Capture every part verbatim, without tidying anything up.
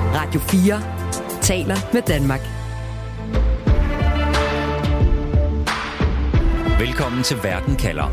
Radio fire taler med Danmark. Velkommen til Verden kalder.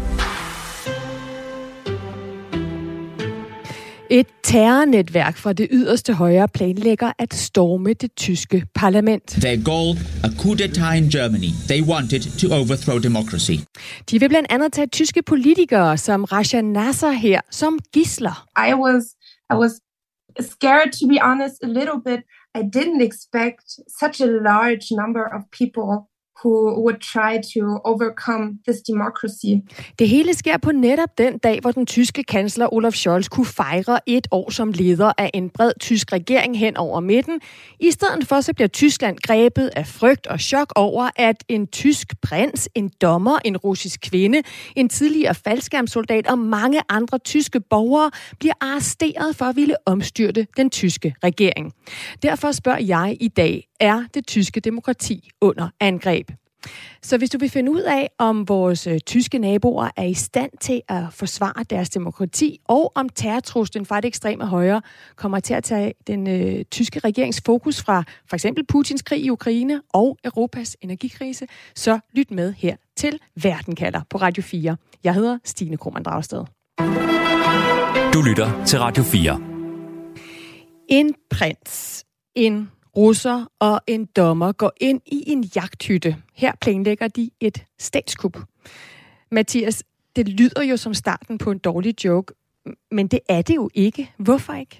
Et terrornetværk fra det yderste højre planlægger at storme det tyske parlament. Their goal, a coup d'etat in Germany. They wanted to overthrow democracy. De vil blandt andet tage tyske politikere som Raja Nasser her som gidsler. I was, I was scared, to be honest, a little bit. I didn't expect such a large number of people who would try to overcome this democracy. Det hele sker på netop den dag, hvor den tyske kansler Olaf Scholz kunne fejre et år som leder af en bred tysk regering hen over midten. I stedet for så bliver Tyskland grebet af frygt og chok over, at en tysk prins, en dommer, en russisk kvinde, en tidligere faldskærmssoldat og mange andre tyske borgere bliver arresteret for at ville omstyrte den tyske regering. Derfor spørger jeg i dag, er det tyske demokrati under angreb? Så hvis du vil finde ud af, om vores øh, tyske naboer er i stand til at forsvare deres demokrati, og om terrortruslen fra det ekstreme højre kommer til at tage den øh, tyske regerings fokus fra for eksempel Putins krig i Ukraine og Europas energikrise, så lyt med her til Verden kalder på Radio fire. Jeg hedder Stine Krohmann Dragsted. Du lytter til Radio fire. En prins, en russer og en dommer går ind i en jagthytte. Her planlægger de et statskup. Mathias, det lyder jo som starten på en dårlig joke, men det er det jo ikke. Hvorfor ikke?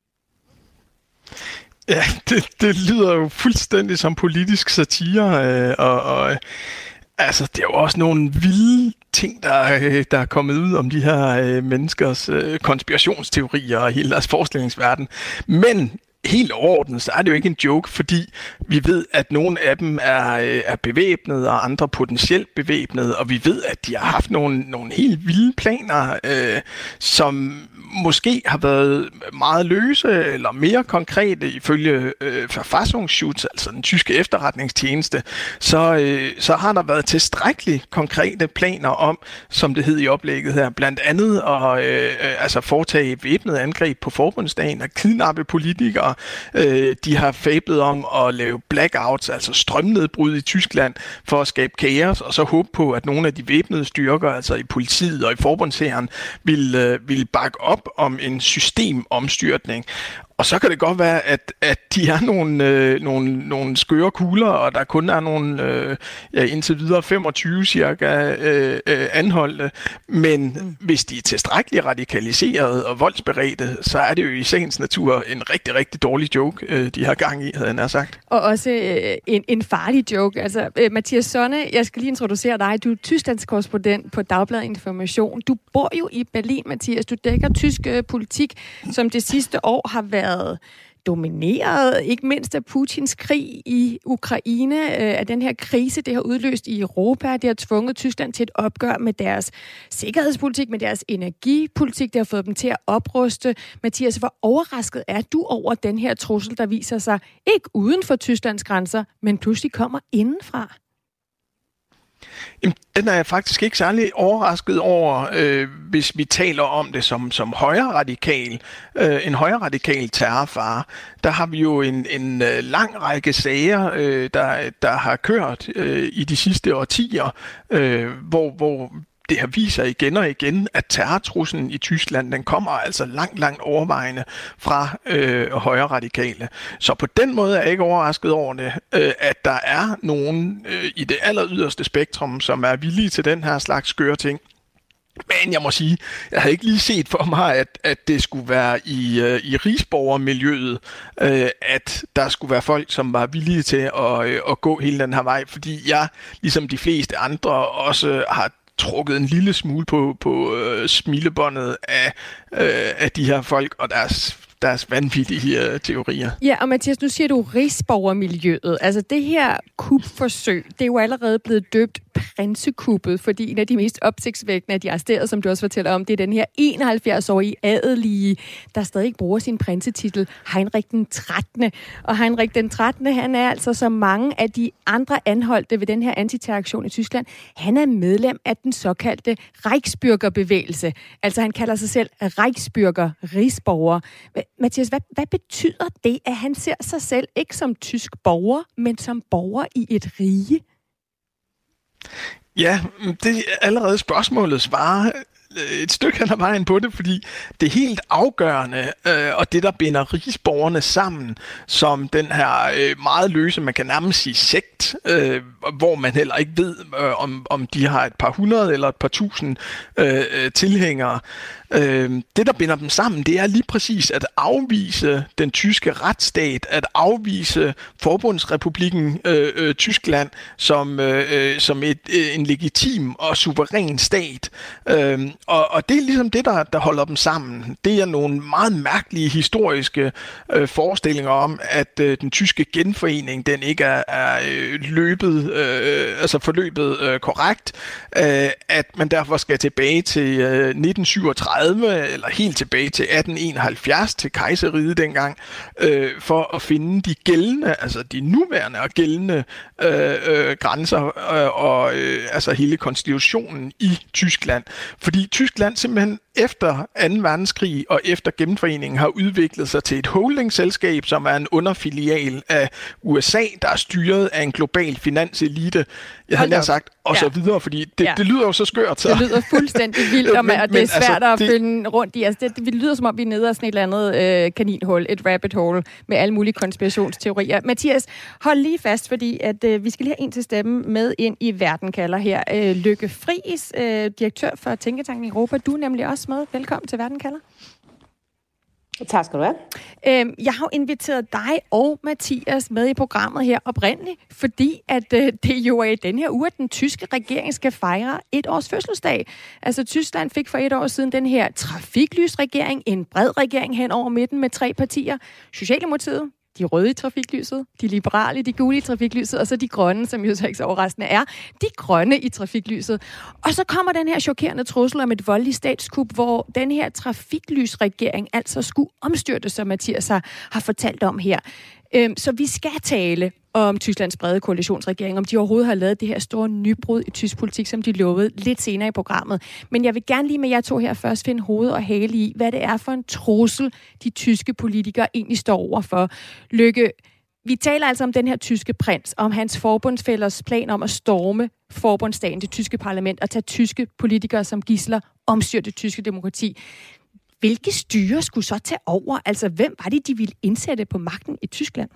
Ja, det, det lyder jo fuldstændig som politisk satire, øh, og, og altså, det er jo også nogle vilde ting, der, der er kommet ud om de her øh, menneskers øh, konspirationsteorier og hele deres forestillingsverden. Men helt overordnet, så er det jo ikke en joke, fordi vi ved, at nogle af dem er, er bevæbnede, og andre potentielt bevæbnede, og vi ved, at de har haft nogle, nogle helt vilde planer, øh, som måske har været meget løse eller mere konkrete ifølge øh, Verfassungsschutz, altså den tyske efterretningstjeneste, så, øh, så har der været tilstrækkeligt konkrete planer om, som det hed i oplægget her, blandt andet at øh, altså foretage væbnede angreb på forbundsdagen og kidnappe politikere. Øh, de har fablet om at lave blackouts, altså strømnedbrud i Tyskland, for at skabe kaos, og så håbe på, at nogle af de væbnede styrker, altså i politiet og i forbundshæren, vil, øh, vil bakke op om en systemomstyrtning. Og så kan det godt være, at, at de er nogle, øh, nogle, nogle skøre kugler, og der kun er nogle, øh, ja, indtil videre femogtyve cirka øh, øh, anholdte. Men mm. hvis de er tilstrækkeligt radikaliseret og voldsberedte, så er det jo i sagens natur en rigtig, rigtig dårlig joke, øh, de har gang i, havde jeg nær sagt. Og også øh, en, en farlig joke. Altså, øh, Mathias Sonne, jeg skal lige introducere dig. Du er Tysklands korrespondent på Dagbladet Information. Du bor jo i Berlin, Mathias. Du dækker tysk øh, politik, som det sidste år har været domineret, ikke mindst af Putins krig i Ukraine, øh, af den her krise, det har udløst i Europa. Det har tvunget Tyskland til et opgør med deres sikkerhedspolitik, med deres energipolitik. Det har fået dem til at opruste. Mathias, hvor overrasket er du over den her trussel, der viser sig ikke uden for Tysklands grænser, men pludselig kommer indenfra? Den er jeg faktisk ikke særlig overrasket over, øh, hvis vi taler om det som, som højre radikal, øh, en højre radikal terrorfare. Der har vi jo en, en lang række sager, øh, der, der har kørt øh, i de sidste årtier, øh, hvor, hvor det her viser igen og igen, at terrortruslen i Tyskland, den kommer altså langt, langt overvejende fra øh, højre radikale. Så på den måde er jeg ikke overrasket over det, øh, at der er nogen øh, i det aller yderste spektrum, som er villige til den her slags skøre ting. Men jeg må sige, jeg havde ikke lige set for mig, at, at det skulle være i, øh, i rigsborgermiljøet, øh, at der skulle være folk, som var villige til at, øh, at gå hele den her vej, fordi jeg, ligesom de fleste andre, også har trukket en lille smule på, på øh, smilebåndet af, øh, af de her folk og deres, deres vanvittige øh, teorier. Ja, og Mathias, nu siger du rigsborgermiljøet. Altså det her kupforsøg, det er jo allerede blevet døbt prinsekuppet, fordi en af de mest opsigtsvækkende af de arresterede, som du også fortæller om, det er den her enoghalvfjerds-årige adelige, der stadig ikke bruger sin prinsetitel, Heinrich den trettende. Og Heinrich den trettende, han er altså som mange af de andre anholdte ved den her antiterroraktion i Tyskland, han er medlem af den såkaldte Reichsbürgerbevægelse. Altså han kalder sig selv Reichsbürger, rigsborger. Mathias, hvad, hvad betyder det, at han ser sig selv ikke som tysk borger, men som borger i et rige? Ja, det er allerede spørgsmålet svarer et stykke hen ad vejen på det, fordi det er helt afgørende, øh, og det, der binder rigsborgerne sammen, som den her øh, meget løse, man kan nærmest sige sekt, øh, hvor man heller ikke ved, øh, om, om de har et par hundrede eller et par tusind øh, tilhængere. Øh, det, der binder dem sammen, det er lige præcis at afvise den tyske retsstat, at afvise Forbundsrepublikken øh, øh, Tyskland som, øh, som et, øh, en legitim og suveræn stat. Øh, og, og det er ligesom det, der, der holder dem sammen. Det er nogle meget mærkelige historiske øh, forestillinger om, at øh, den tyske genforening, den ikke er, er øh, løbet, øh, altså forløbet øh, korrekt, øh, at man derfor skal tilbage til øh, nitten syvogtredive eller helt tilbage til atten enoghalvfjerds til kejserriget dengang, øh, for at finde de gældende, altså de nuværende og gældende øh, øh, grænser øh, og øh, altså hele konstitutionen i Tyskland. Fordi Tyskland simpelthen efter anden verdenskrig og efter genforeningen har udviklet sig til et holdingselskab, som er en underfilial af U S A, der er styret af en global finanselite. Jeg har nær sagt, og så videre, fordi det, ja. det lyder jo så skørt. Så. Det lyder fuldstændig vildt, og, men, og det er svært altså, at det... finde rundt i. Altså, det, det lyder som om, vi er nede af sådan et eller andet øh, kaninhul, et rabbit hole, med alle mulige konspirationsteorier. Mathias, hold lige fast, fordi at, øh, vi skal lige have en til stemme med ind i Verden kalder her. Øh, Lykke Friis, øh, direktør for Tænketanken Europa. Du er nemlig også med. Velkommen til Verden kalder. Tak skal du have. Øhm, jeg har inviteret dig og Mathias med i programmet her oprindeligt, fordi at øh, det jo er i den her uge, at den tyske regering skal fejre et års fødselsdag. Altså Tyskland fik for et år siden den her trafiklysregering, en bred regering hen over midten med tre partier. Socialdemokratiet, de røde i trafiklyset, de liberale, de gule i trafiklyset, og så de grønne, som jo så ikke så overraskende er, de grønne i trafiklyset. Og så kommer den her chokerende trussel om et voldeligt statskup, hvor den her trafiklysregering altså skulle omstyrte, som Mathias har, har fortalt om her. Øhm, så vi skal tale om Tysklands brede koalitionsregering, om de overhovedet har lavet det her store nybrud i tysk politik, som de lovede lidt senere i programmet. Men jeg vil gerne lige med jer to her først finde hoved og hale i, hvad det er for en trussel, de tyske politikere egentlig står overfor. Lykke, vi taler altså om den her tyske prins, om hans forbundsfællers plan om at storme forbundsdagen, det tyske parlament, og tage tyske politikere som gidsler, omstyrte det tyske demokrati. Hvilke styre skulle så tage over? Altså, hvem var det, de ville indsætte på magten i Tyskland?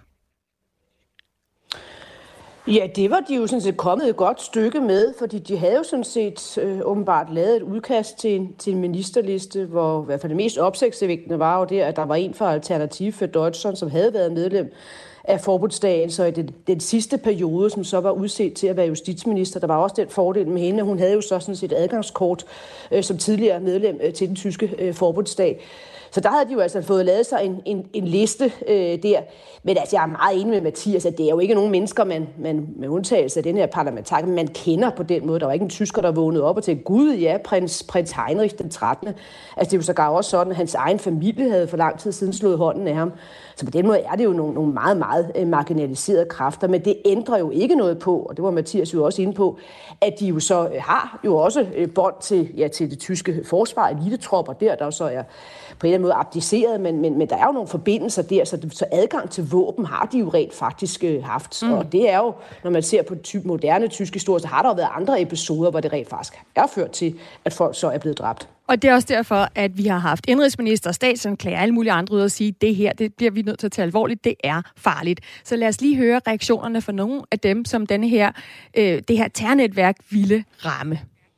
Ja, det var de jo sådan set kommet et godt stykke med, fordi de havde jo sådan set øh, åbenbart lavet et udkast til en, til en ministerliste, hvor i hvert fald det mest opsigtsvækkende var jo det, at der var en fra Alternativ for Deutschland, som havde været medlem af forbundsdagen, så i den, den sidste periode, som så var udset til at være justitsminister, der var også den fordel med hende, hun havde jo så sådan set adgangskort øh, som tidligere medlem øh, til den tyske øh, forbundsdag. Så der havde de jo altså fået lavet sig en, en, en liste øh, der. Men altså, jeg er meget enig med Mathias, at det er jo ikke nogen mennesker, man, man med undtagelse af den her parlamentar, man kender på den måde. Der var ikke en tysker, der vågnede op og tænkte, gud ja, prins, prins Heinrich den trettende. Altså det er jo sågar også sådan, at hans egen familie havde for lang tid siden slået hånden af ham. Så på den måde er det jo nogle, nogle meget, meget øh, marginaliserede kræfter. Men det ændrer jo ikke noget på, og det var Mathias jo også inde på, at de jo så øh, har jo også øh, bånd til, ja, til det tyske forsvar, elitetropper der, der så er på en eller anden måde abdiceret, men, men, men der er jo nogle forbindelser der, så, så adgang til våben har de jo rent faktisk øh, haft. Mm. Og det er jo, når man ser på ty- moderne tysk historie, så har der jo været andre episoder, hvor det rent faktisk er ført til, at folk så er blevet dræbt. Og det er også derfor, at vi har haft indrigsminister, statsanklager og alle mulige andre ud at sige, at det her, det bliver vi nødt til at tage alvorligt, det er farligt. Så lad os lige høre reaktionerne fra nogle af dem, som denne her, øh, det her terrornetværk ville ramme.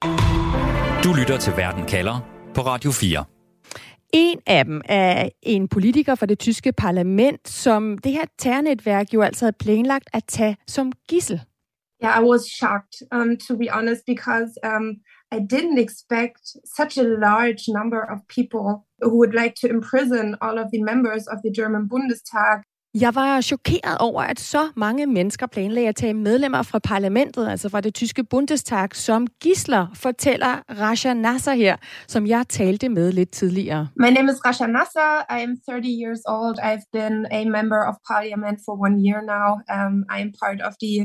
Du lytter til Verden kalder på Radio fire. En af dem er en politiker fra det tyske parlament, som det her terrornetværk jo altså havde planlagt at tage som gidsel. Yeah, I was shocked, um, to be honest, because um, I didn't expect such a large number of people who would like to imprison all of the members of the German Bundestag. Jeg var chokeret over, at så mange mennesker planlagde at tage medlemmer fra parlamentet, altså fra det tyske Bundestag, som gidsler, fortæller Rasha Nasser her, som jeg talte med lidt tidligere. My name is Rasha Nasser. I am thirty years old. I've been a member of parliament for one year now. Um, I am part of the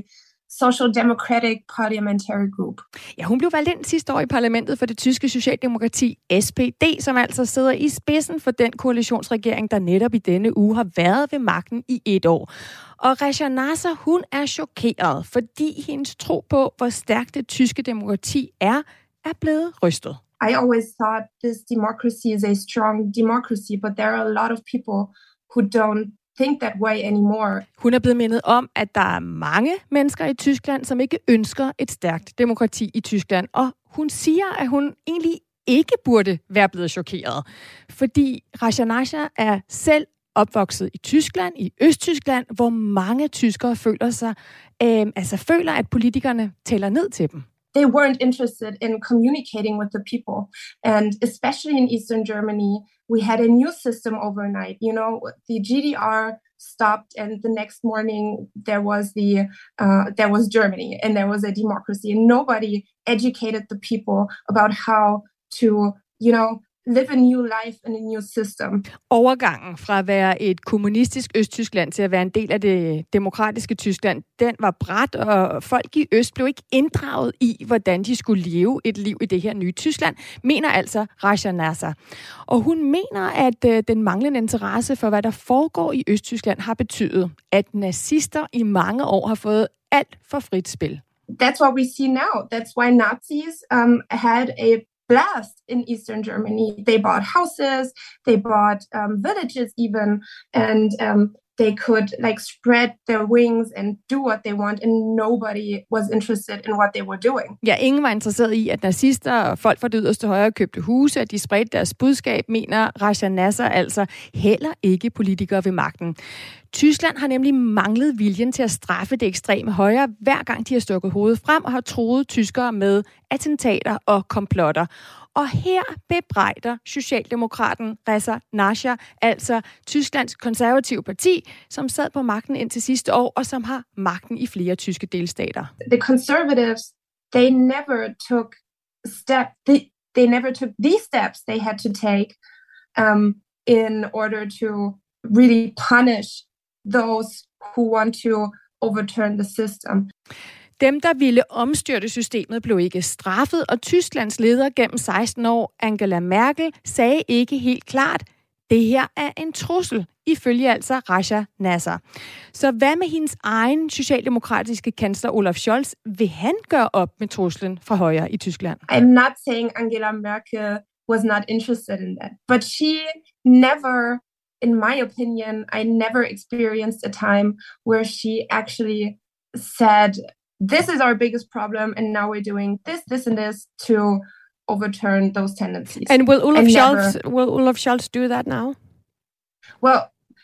Social Democratic Parliamentary Group. Ja, hun blev valgt ind sidste år i parlamentet for det tyske socialdemokrati S P D, som altså sidder i spidsen for den koalitionsregering, der netop i denne uge har været ved magten i et år. Og Rajah Nasser, hun er chokeret, fordi hendes tro på, hvor stærkt det tyske demokrati er, er blevet rystet. I always thought this democracy is a strong democracy, but there are a lot of people who don't think that way anymore. Hun er blevet mindet om, at der er mange mennesker i Tyskland, som ikke ønsker et stærkt demokrati i Tyskland. Og hun siger, at hun egentlig ikke burde være blevet chokeret. Fordi Rajah Nasser er selv opvokset i Tyskland, i Østtyskland, hvor mange tyskere føler sig, øh, altså føler, at politikerne tæller ned til dem. They weren't interested in communicating with the people. And especially in Eastern Germany, we had a new system overnight. You know, the G D R stopped, and the next morning there was the uh, there was Germany, and there was a democracy. And nobody educated the people about how to, you know, live a new life in a new system. Overgangen fra at være et kommunistisk Østtyskland til at være en del af det demokratiske Tyskland, den var brat, og folk i Øst blev ikke inddraget i, hvordan de skulle leve et liv i det her nye Tyskland, mener altså Rajah Nasser. Og hun mener, at øh, den manglende interesse for, hvad der foregår i Østtyskland, har betydet, at nazister i mange år har fået alt for frit spil. That's what we see now. That's why Nazis um, had a blast in Eastern Germany. They bought houses, they bought um, villages even, and um, they could like spread their wings and do what they want, and nobody was interested in what they were doing. Ja, ingen var interesseret i, at nazister og folk fra det yderste højre købte huse, at de spredte deres budskab, mener Rajah Nasser altså heller ikke politikere ved magten. Tyskland har nemlig manglet viljen til at straffe det ekstreme højre, hver gang de har stukket hovedet frem og har truet tyskere med attentater og komplotter. Og her bebrejder socialdemokraten Rajah Nasser, altså Tysklands konservative parti, som sad på magten indtil sidste år, og som har magten i flere tyske delstater. The conservatives, they never took step, they, they never took these steps they had to take um, in order to really punish those who want to overturn the system. Dem, der ville omstyrte systemet, blev ikke straffet, og Tysklands leder gennem seksten år, Angela Merkel, sagde ikke helt klart, det her er en trussel, ifølge altså Rajah Nasser. Så hvad med hendes egen socialdemokratiske kansler Olaf Scholz? Vil han gøre op med truslen fra højre i Tyskland? I'm not saying Angela Merkel was not interested in that, but she never, in my opinion, I never experienced a time where she actually said, this is our biggest problem, and now we're doing this, this, and this to overturn those tendencies. And will Olaf and Scholz never, will Olaf Scholz do that now? Well,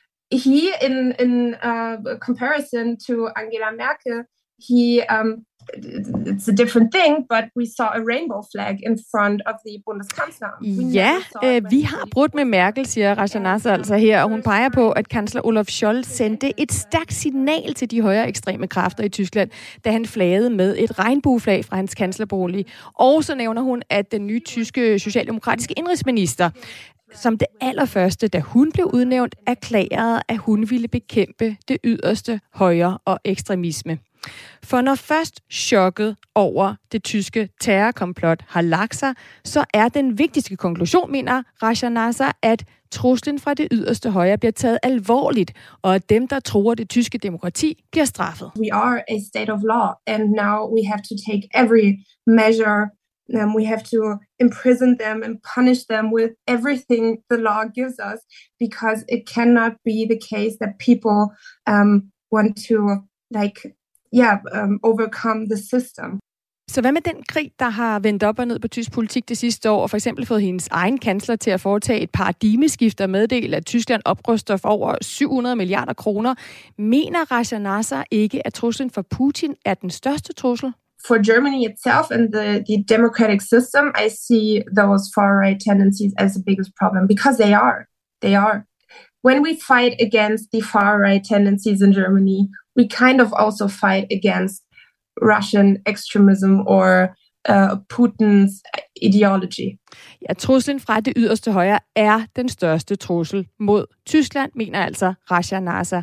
he, in in uh, comparison to Angela Merkel, he um, it's a different thing, but we saw a rainbow flag in front of the Bundeskanzler. Ja, øh, vi har brudt med Merkel, siger Rajah Nasser altså her, og hun peger på, at kansler Olaf Scholz sendte et stærkt signal til de højere ekstreme kræfter i Tyskland, da han flagede med et regnbueflag fra hans kanslerbolig. Og så nævner hun, at den nye tyske socialdemokratiske indrigsminister, som det allerførste, da hun blev udnævnt, erklærede, at hun ville bekæmpe det yderste højre og ekstremisme. For når først chokket over det tyske terrorkomplot har lagt sig, så er den vigtigste konklusion, mener Rajah Nasser, at truslen fra det yderste højre bliver taget alvorligt, og at dem, der truer det tyske demokrati, bliver straffet. We are a state of law, and now we have to take every measure. Um, we have to imprison them and punish them with everything the law gives us, because it cannot be the case that people um, want to like yeah, um, overcome the system. Så hvad med den krig, der har vendt op og ned på tysk politik det sidste år, og for eksempel fået hendes egen kansler til at foretage et paradigmeskift og meddele, at Tyskland opruster for over syv hundrede milliarder kroner? Mener Rajah Nasser ikke, at truslen for Putin er den største trussel? For Germany itself and the, the democratic system, I see those far-right tendencies as the biggest problem, because they are. They are. When we fight against the far-right tendencies in Germany, we kind of also fight against Russian extremism or uh, Putin's ideology. Ja, truslen fra det yderste højre er den største trussel mod Tyskland, mener altså Rajah Nasser.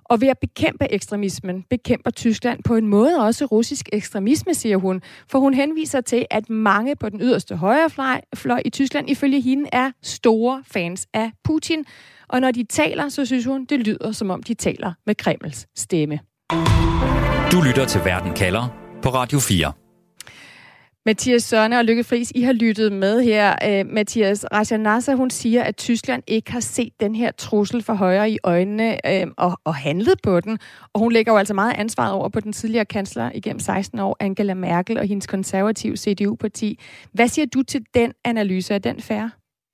Og ved at bekæmpe ekstremismen, bekæmper Tyskland på en måde også russisk ekstremisme, siger hun. For hun henviser til, at mange på den yderste højrefløj fløj i Tyskland ifølge hende er store fans af Putin. Og når de taler, så synes hun, det lyder som om de taler med Kremls stemme. Du lytter til Verden kalder på Radio fire. Mathias Sørne og Lykke Friis, I har lyttet med her. Uh, Mathias Rajanasa, hun siger, at Tyskland ikke har set den her trussel for højre i øjnene uh, og, og handlet på den. Og hun lægger jo altså meget ansvaret over på den tidligere kansler igennem seksten år, Angela Merkel, og hendes konservative C D U-parti. Hvad siger du til den analyse? Er den fair?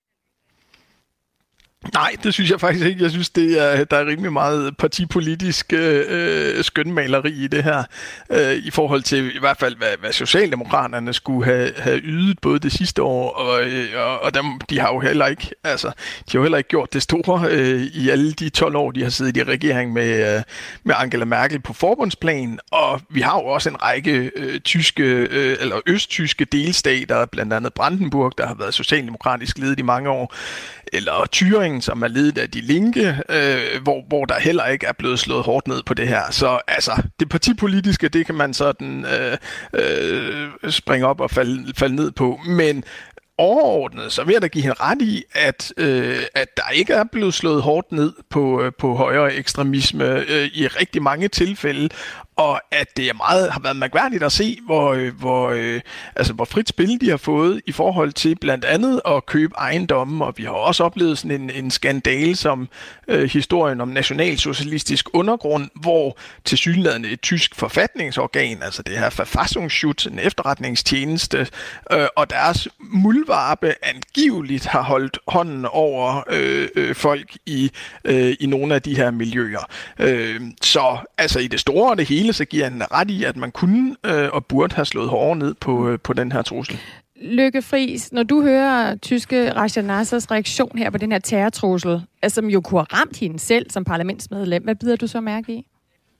Nej, det synes jeg faktisk ikke. Jeg synes, det er, der er rimelig meget partipolitisk øh, skønmaleri i det her, øh, i forhold til i hvert fald, hvad, hvad Socialdemokraterne skulle have, have ydet både det sidste år, og, og, og dem, de har jo heller ikke, altså, de har jo heller ikke gjort det store øh, i alle de tolv år, de har siddet i regering med, øh, med Angela Merkel på forbundsplan, og vi har jo også en række øh, tyske, øh, eller østtyske delstater, blandt andet Brandenburg, der har været socialdemokratisk ledet i mange år, eller Thüringen, som er ledet af De Linke, øh, hvor, hvor der heller ikke er blevet slået hårdt ned på det her. Så altså, det partipolitiske, det kan man sådan øh, øh, springe op og falde, falde ned på. Men overordnet, så vil jeg da give hende ret i, at, øh, at der ikke er blevet slået hårdt ned på, øh, på højre ekstremisme øh, i rigtig mange tilfælde, og at det er meget, har været mærkværdigt at se, hvor, øh, hvor, øh, altså, hvor frit spil de har fået i forhold til blandt andet at købe ejendomme, og vi har også oplevet sådan en, en skandale som øh, historien om nationalsocialistisk undergrund, hvor tilsyneladende et tysk forfatningsorgan, altså det her Verfassungsschutz, en efterretningstjeneste, øh, og deres muldvarpe angiveligt har holdt hånden over øh, øh, folk i, øh, i nogle af de her miljøer. Øh, så altså i det store og det hele, så giver han ret i, at man kunne øh, og burde have slået hårdere ned på, øh, på den her trussel. Lykke Friis, når du hører tyske Rajanasas reaktion her på den her terrortrussel, altså, som jo kunne have ramt hende selv som parlamentsmedlem, hvad bider du så mærke i?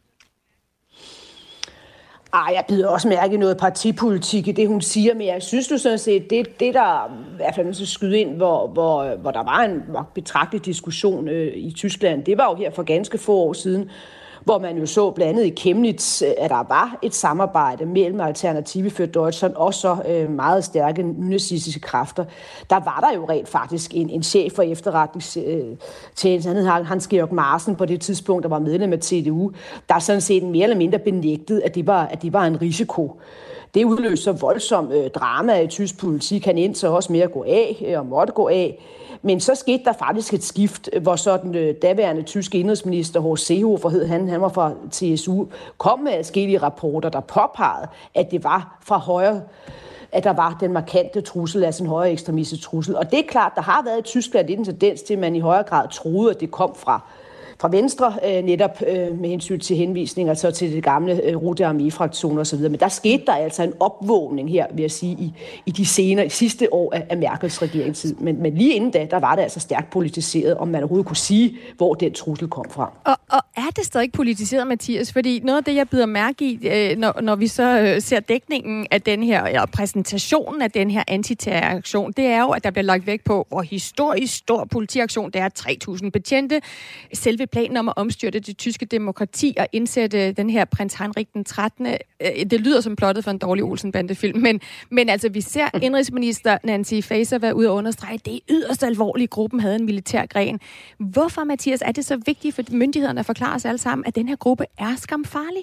Ej, jeg bider også mærke i noget partipolitik i det, hun siger, men jeg synes du sådan set, det, det der i hvert fald man skal skyde ind, hvor, hvor, hvor der var en betragtelig diskussion øh, i Tyskland, det var jo her for ganske få år siden, hvor man jo så blandt andet i Chemnitz, at der var et samarbejde mellem Alternative für Deutschland og så øh, meget stærke nynazistiske kræfter. Der var der jo rent faktisk en, en chef for efterretningstjenesten, han hed Hans-Georg Marsen på det tidspunkt, der var medlem af C D U, der sådan set mere eller mindre benægtede, at det var, at det var en risiko. Det udløste så voldsom øh, drama i tysk politik. Han endte så også med at gå af øh, og måtte gå af. Men så skete der faktisk et skift, hvor så den øh, daværende tyske indrigsminister Horst Seehofer hed han, han var fra T S U, kom med adskillige rapporter, der påpegede, at det var fra højre, at der var den markante trussel, altså en højere ekstremistisk trussel. Og det er klart, der har været i Tyskland en tendens til, at man i højere grad troede, at det kom fra fra Venstre, øh, netop øh, med hensyn til henvisninger så til det gamle øh, Rote Armee-fraktioner osv. Men der skete der altså en opvågning her, vil jeg sige, i, i de senere, i sidste år af, af Merkels regeringstid. Men, men lige inden da, der var det altså stærkt politiseret, om man overhovedet kunne sige, hvor den trussel kom fra. Og, og er det stadig politiseret, Mathias? Fordi noget af det, jeg bider mærke i, øh, når, når vi så øh, ser dækningen af den her, eller præsentationen af den her antiterroraktion, det er jo, at der bliver lagt vægt på, hvor historisk stor politiaktion det er, tre tusind betjente. Selve planen om at omstyrte det tyske demokrati og indsætte den her prins Heinrich den trettende. Det lyder som plottet for en dårlig Olsen-bandefilm, men, men altså, vi ser indrigsminister Nancy Faeser være ude og understrege, at det er yderst alvorligt, gruppen havde en militær gren. Hvorfor, Mathias, er det så vigtigt for myndighederne at forklare os alle sammen, at den her gruppe er skamfarlig?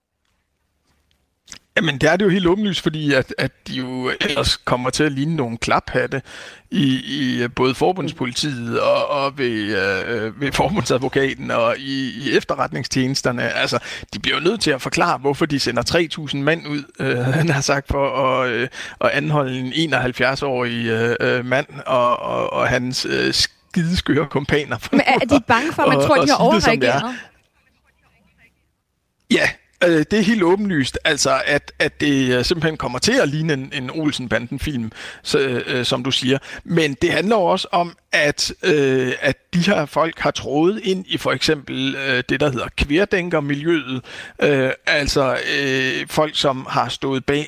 Jamen, det er det jo helt åbenlyst, fordi at, at de jo ellers kommer til at ligne nogle klaphatte i, i både forbundspolitiet og, og ved, øh, ved forbundsadvokaten og i, i efterretningstjenesterne. Altså, de bliver jo nødt til at forklare, hvorfor de sender tre tusind mand ud, øh, han har sagt, for at, øh, at anholde en enoghalvfjerds-årig øh, mand og, og, og hans øh, skideskøre kompaner. Men er de bange for, at man og, tror, de har overreageret? Ja. Det er helt åbenlyst, altså at, at det simpelthen kommer til at ligne en, en Olsen-banden-film, så, øh, som du siger. Men det handler også om, at, øh, at de her folk har trådet ind i for eksempel øh, det, der hedder querdenker-miljøet. Øh, altså øh, folk, som har stået bag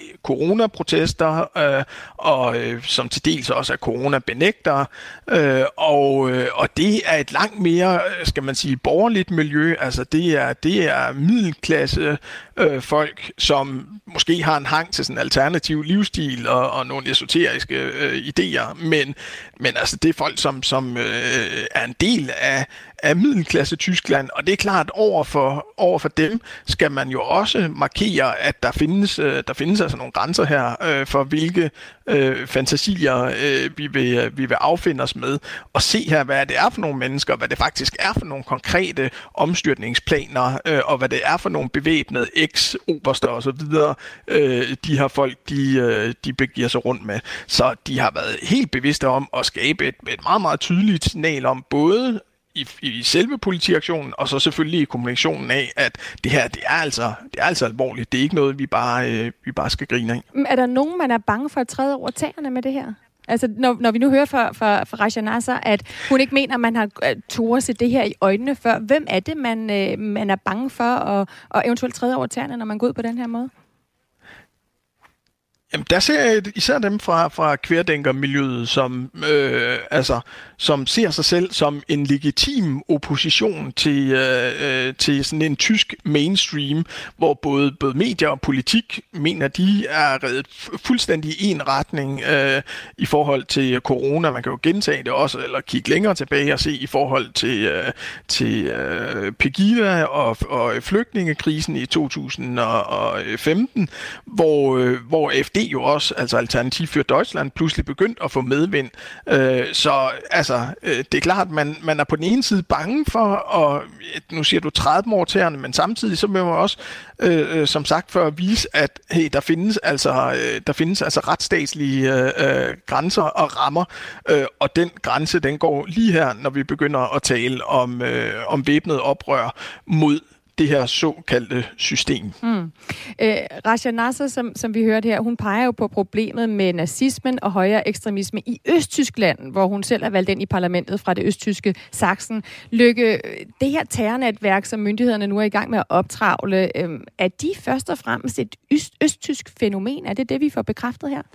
coronaprotester, øh, og øh, som til dels også er coronabenægtere. Øh, og, øh, og det er et langt mere, skal man sige, borgerligt miljø. Altså det er, det er middelklasse øh, folk, som måske har en hang til sådan en alternativ livsstil og, og nogle esoteriske øh, idéer, men, men altså det er folk, som, som øh, er en del af, af middelklasse Tyskland, og det er klart, over for, over for dem skal man jo også markere, at der findes, øh, der findes altså nogle grænser her øh, for, hvilke øh, fantasier øh, vi, vil, vi vil affinde os med, og se her, hvad det er for nogle mennesker, hvad det faktisk er for nogle konkrete omstyrtningsplaner, øh, og hvad det er for nogle bevæbnede eks-oberster og så videre, øh, de her folk, de, øh, de begiver sig rundt med. Så de har været helt bevidste om at skabe et, et meget, meget tydeligt signal om, både I, i selve politiaktionen, og så selvfølgelig i kommunikationen af, at det her, det er altså, det er altså alvorligt. Det er ikke noget, vi bare, øh, vi bare skal grine af. Er der nogen, man er bange for at træde over tæerne med det her? Altså, når, når vi nu hører fra, fra, fra Rajah Nasser, at hun ikke mener, at man har turde se det her i øjnene før. Hvem er det, man, øh, man er bange for at, at eventuelt træde over tæerne, når man går ud på den her måde? Jamen, der ser jeg især dem fra, fra kverdænkermiljøet, som, øh, altså, som ser sig selv som en legitim opposition til, øh, til sådan en tysk mainstream, hvor både, både medier og politik mener, de er reddet fuldstændig i en retning øh, i forhold til corona. Man kan jo gentage det også, eller kigge længere tilbage og se i forhold til, øh, til øh, Pegida og, og flygtningekrisen i to tusind og femten, hvor, øh, hvor A F D jo også, altså Alternativ für Deutschland, pludselig begyndt at få medvind. Øh, så altså, øh, det er klart, man, man er på den ene side bange for, at, nu siger du træde dem over tæerne, men samtidig så vil man også, øh, som sagt før, vise, at hey, der findes altså, øh, der findes altså retsstatslige øh, grænser og rammer, øh, og den grænse, den går lige her, når vi begynder at tale om, øh, om væbnet oprør mod det her såkaldte system. Mm. Øh, Rajah Nasser, som, som vi hørte her, hun peger jo på problemet med nazismen og højere ekstremisme i Østtyskland, hvor hun selv er valgt ind i parlamentet fra det østtyske Sachsen. Lykke, det her terrornetværk, som myndighederne nu er i gang med at optravle, øh, er de først og fremmest et øst, østtysk fænomen? Er det det, vi får bekræftet her?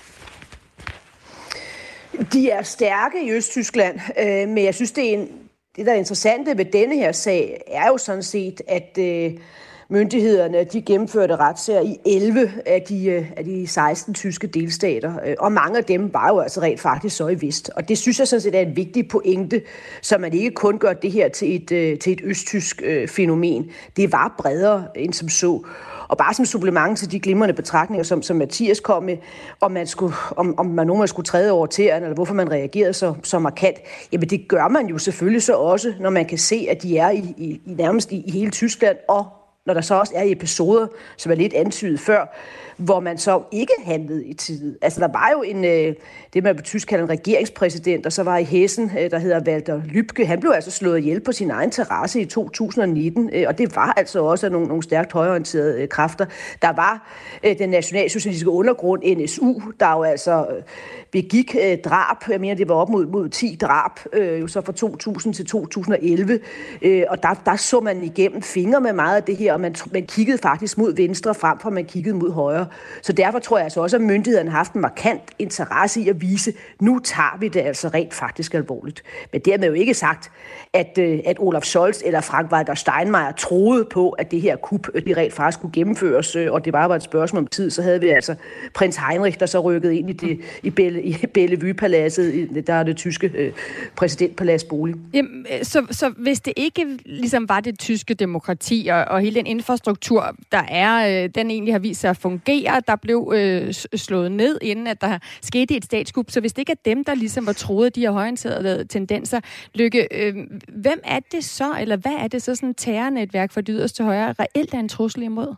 De er stærke i Østtyskland, øh, men jeg synes, det er en Det, der er interessante ved denne her sag, er jo sådan set, at øh, myndighederne de gennemførte retssager i elleve af de, øh, af de seksten tyske delstater, øh, og mange af dem var jo altså rent faktisk så i vest. Og det synes jeg sådan set er en vigtig pointe, så man ikke kun gør det her til et, øh, til et østtysk øh, fænomen. Det var bredere end som så. Og bare som supplement til de glimrende betragtninger, som, som Mathias kom med, om man, skulle, om, om man nogen skulle træde over tæerne, eller hvorfor man reagerede så, så markant, jamen det gør man jo selvfølgelig så også, når man kan se, at de er i, i, i nærmest i, i hele Tyskland, og når der så også er episoder, som er lidt antydet før, hvor man så ikke handlede i tid. Altså der var jo en, det man på tysk kalder en regeringspræsident, og så var i Hessen, der hedder Walter Lübcke, han blev altså slået ihjel på sin egen terrasse i to tusind og nitten, og det var altså også nogle, nogle stærkt højreorienterede kræfter. Der var den nationalsocialistiske undergrund, N S U, der jo altså begik drab, jeg mener det var op mod, mod ti drab, jo så fra to tusind til to tusind og elleve, og der, der så man igennem fingre med meget af det her, og man, man kiggede faktisk mod venstre frem for man kiggede mod højre. Så derfor tror jeg altså også, at myndighederne har haft en markant interesse i at vise, nu tager vi det altså rent faktisk alvorligt. Men dermed jo ikke sagt, at, at Olaf Scholz eller Frank-Walter Steinmeier troede på, at det her kup, det rent faktisk kunne gennemføres, og det bare var et spørgsmål om tid, så havde vi altså prins Heinrich, der så rykkede ind i, det, i, Belle, i Bellevue-paladset, der er det tyske øh, præsidentpalads bolig. Jamen, så, så hvis det ikke ligesom var det tyske demokrati og, og hele den infrastruktur, der er, øh, den egentlig har vist sig at fungere, der blev øh, slået ned, inden at der skete et statskup. Så hvis det ikke er dem, der ligesom var troet de her højorienterede tendenser, Lykke, øh, hvem er det så, eller hvad er det så sådan et terrornetværk for det yderste højre reelt er en trussel imod?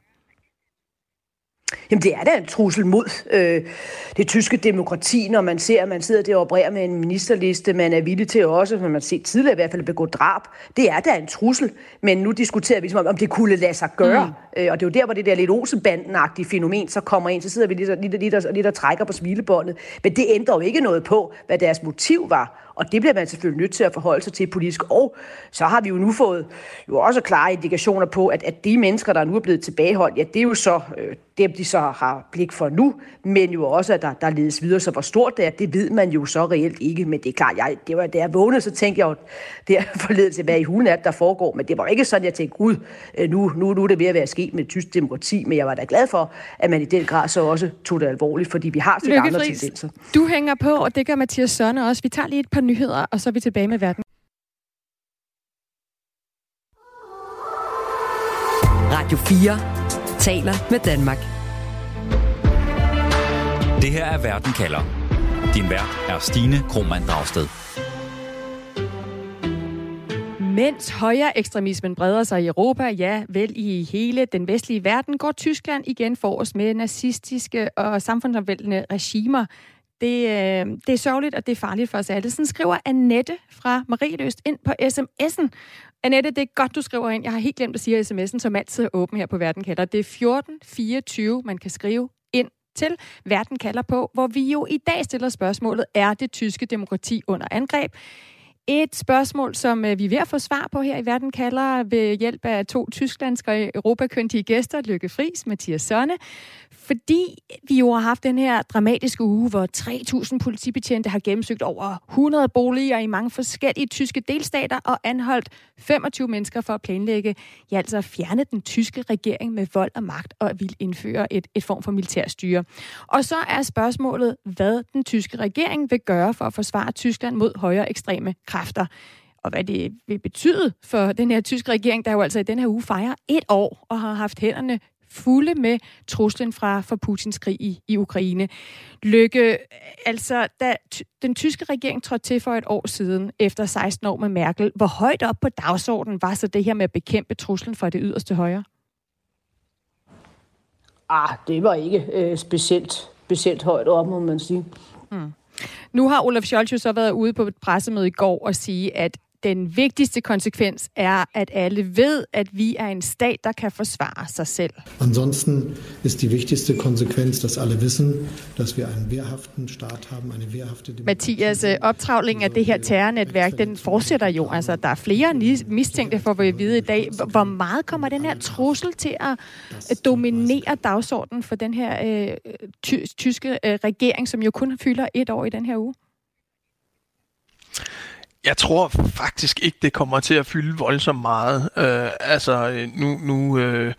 Jamen, det er da en trussel mod øh, det tyske demokrati, når man ser, at man sidder der og opererer med en ministerliste, man er villig til også, som man har set tidligere i hvert fald, at begå drab. Det er da en trussel, men nu diskuterer vi ligesom, om det kunne lade sig gøre. Mm. Øh, og det er jo der, hvor det der lidt Olsenbanden-agtige fænomen så kommer ind, så sidder vi lidt, lidt, lidt, lidt og trækker på smilebåndet. Men det ændrer jo ikke noget på, hvad deres motiv var. Og det bliver man selvfølgelig nødt til at forholde sig til politisk. Og så har vi jo nu fået jo også klare indikationer på, at, at de mennesker, der nu er blevet tilbageholdt, ja, det er jo så øh, dem, de så har blik for nu, men jo også, at der, der ledes videre. Så hvor stort det er, det ved man jo så reelt ikke. Men det er klart, jeg, det var, da jeg vågnede, så tænkte jeg jo, det er forledet til, hvad i hulen er, der foregår. Men det var ikke sådan, jeg tænkte, gud, nu, nu, nu er det ved at være sket med tysk demokrati. Men jeg var da glad for, at man i den grad så også tog det alvorligt, fordi vi har set andre tendenser. Du hænger på, og det gør Mathias Sonne også. Vi tager lige et par nyheder, og så er vi tilbage med verden. Radio fire taler med Danmark. Det her er Verden kalder. Din vært er Stine Krohmann Dragsted. Mens højre ekstremismen breder sig i Europa, ja, vel i hele den vestlige verden, går Tyskland igen forrest med nazistiske og samfundsomvæltende regimer. Det, øh, det er sørgeligt, og det er farligt for os alle. Sådan skriver Annette fra Marieløst ind på sms'en. Annette, det er godt, du skriver ind. Jeg har helt glemt at sige, at sms'en som altid er åben her på Verden kalder. Det er fjorten fireogtyve, man kan skrive ind til Verden kalder på, hvor vi jo i dag stiller spørgsmålet, er det tyske demokrati under angreb? Et spørgsmål, som vi er ved at få svar på her i Verden kalder ved hjælp af to tysklandske og europakyndige gæster, Lykke Friis, Mathias Sonne, fordi vi jo har haft den her dramatiske uge, hvor tre tusind politibetjente har gennemsøgt over hundrede boliger i mange forskellige tyske delstater og anholdt femogtyve mennesker for at planlægge, ja altså fjerne den tyske regering med vold og magt og vil indføre et, et form for militærstyre. Og så er spørgsmålet, hvad den tyske regering vil gøre for at forsvare Tyskland mod højere ekstreme kræfter. Og hvad det vil betyde for den her tyske regering, der jo altså i den her uge fejrer et år og har haft hænderne fulde med truslen fra for Putins krig i, i Ukraine. Lykke, altså da t- den tyske regering trådte til for et år siden, efter seksten år med Merkel, hvor højt op på dagsordenen var så det her med at bekæmpe truslen fra det yderste højre? Ah, det var ikke øh, specielt, specielt højt op, må man sige. Hmm. Nu har Olaf Scholz jo så været ude på et pressemøde i går og sige, at den vigtigste konsekvens er, at alle ved, at vi er en stat, der kan forsvare sig selv. Ansonsten ist die wichtigste Konsequenz, dass alle wissen, dass wir einen wehrhaften Staat haben, eine wehrhafte demokratie. Mathias, optravlingen af det her terrornetværk, den fortsætter jo. Altså, der er flere mistænkte for at vide i dag. Hvor meget kommer den her trussel til at dominere dagsordenen for den her øh, ty- tyske øh, regering, som jo kun fylder et år i den her uge? Jeg tror faktisk ikke, det kommer til at fylde voldsomt meget. Øh, altså, nu... nu øh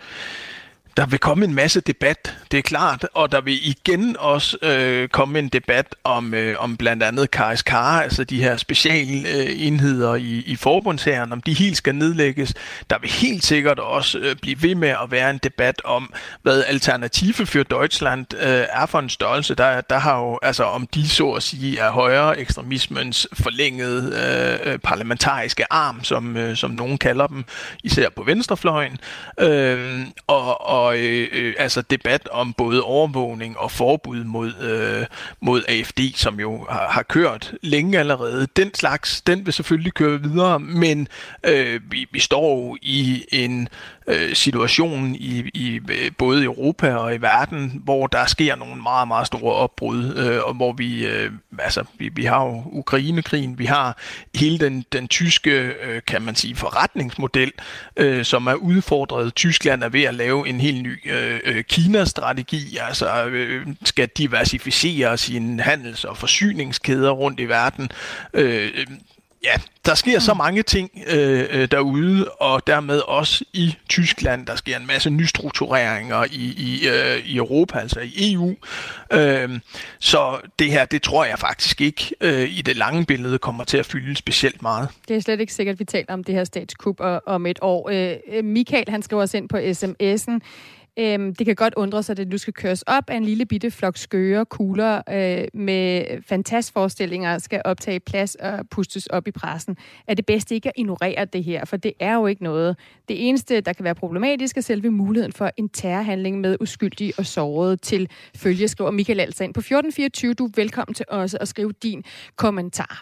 Der vil komme en masse debat, det er klart, og der vil igen også øh, komme en debat om, øh, om blandt andet K S K, altså de her specialenheder øh, i, i forbundshæren, om de helt skal nedlægges. Der vil helt sikkert også øh, blive ved med at være en debat om, hvad Alternative für Deutschland øh, er for en størrelse. Der, der har jo, altså om de så at sige er højere ekstremismens forlængede øh, parlamentariske arm, som, øh, som nogen kalder dem, især på venstrefløjen, øh, og, og Og øh, altså debat om både overvågning og forbud mod, øh, mod A F D, som jo har, har kørt længe allerede. Den slags, den vil selvfølgelig køre videre, men øh, vi, vi står jo i en øh, situation i, i både Europa og i verden, hvor der sker nogle meget, meget store opbrud, øh, og hvor vi, øh, altså vi, vi har jo Ukrainekrigen, vi har hele den, den tyske, øh, kan man sige, forretningsmodel, øh, som er udfordret. Tyskland er ved at lave en helt ny øh, Kina-strategi, altså øh, skal diversificere sine handels- og forsyningskæder rundt i verden. Øh, ja, der sker så mange ting øh, derude, og dermed også i Tyskland. Der sker en masse nystruktureringer i, i, øh, i Europa, altså i E U. Øh, så det her, det tror jeg faktisk ikke øh, i det lange billede kommer til at fylde specielt meget. Det er slet ikke sikkert, at vi taler om det her statskup om et år. Øh, Michael, han skriver os ind på sms'en. Øhm, det kan godt undre sig, at det nu skal køres op af en lille bitte flok skøre kugler øh, med fantastforestillinger, skal optage plads og pustes op i pressen. Er det bedste ikke at ignorere det her, for det er jo ikke noget. Det eneste, der kan være problematisk, er selve muligheden for en terrorhandling med uskyldige og sårede til følge, skriver Michael altså ind på fjorten fireogtyve. Du er velkommen til også at skrive din kommentar.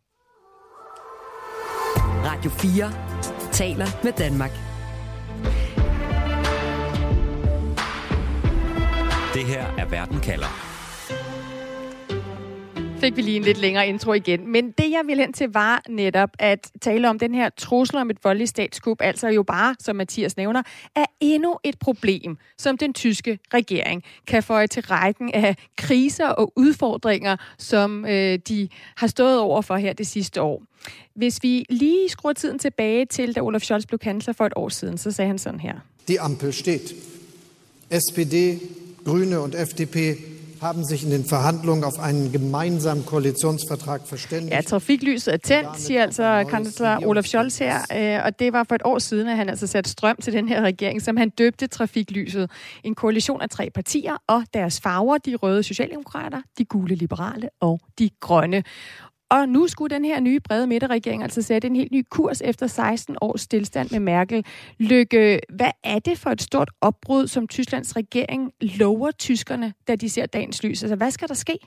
Radio fire taler med Danmark. Det her er Verden kalder. fik vi lige en lidt længere intro igen. Men det, jeg ville hen til, var netop at tale om den her trussel om et voldeligt statskup, altså jo bare, som Mathias nævner, er endnu et problem, som den tyske regering kan føje til rækken af kriser og udfordringer, som øh, de har stået over for her det sidste år. Hvis vi lige skruer tiden tilbage til, da Olaf Scholz blev kansler for et år siden, så sagde han sådan her. Die Ampel steht. S P D, Grüne und F D P haben sich in den Verhandlungen auf einen gemeinsamen Koalitionsvertrag verständigt. Ja, trafiklyset er tændt, siger altså kansler Olaf Scholz her, og det var for et år siden, at han altså satte strøm til den her regering, som han døbte trafiklyset. En koalition af tre partier og deres farver, de røde socialdemokrater, de gule liberale og de grønne. Og nu skulle den her nye brede midterregering altså sætte en helt ny kurs efter seksten års stillstand med Merkel. Lykke, hvad er det for et stort opbrud, som Tysklands regering lover tyskerne, da de ser dagens lys? Altså, hvad skal der ske?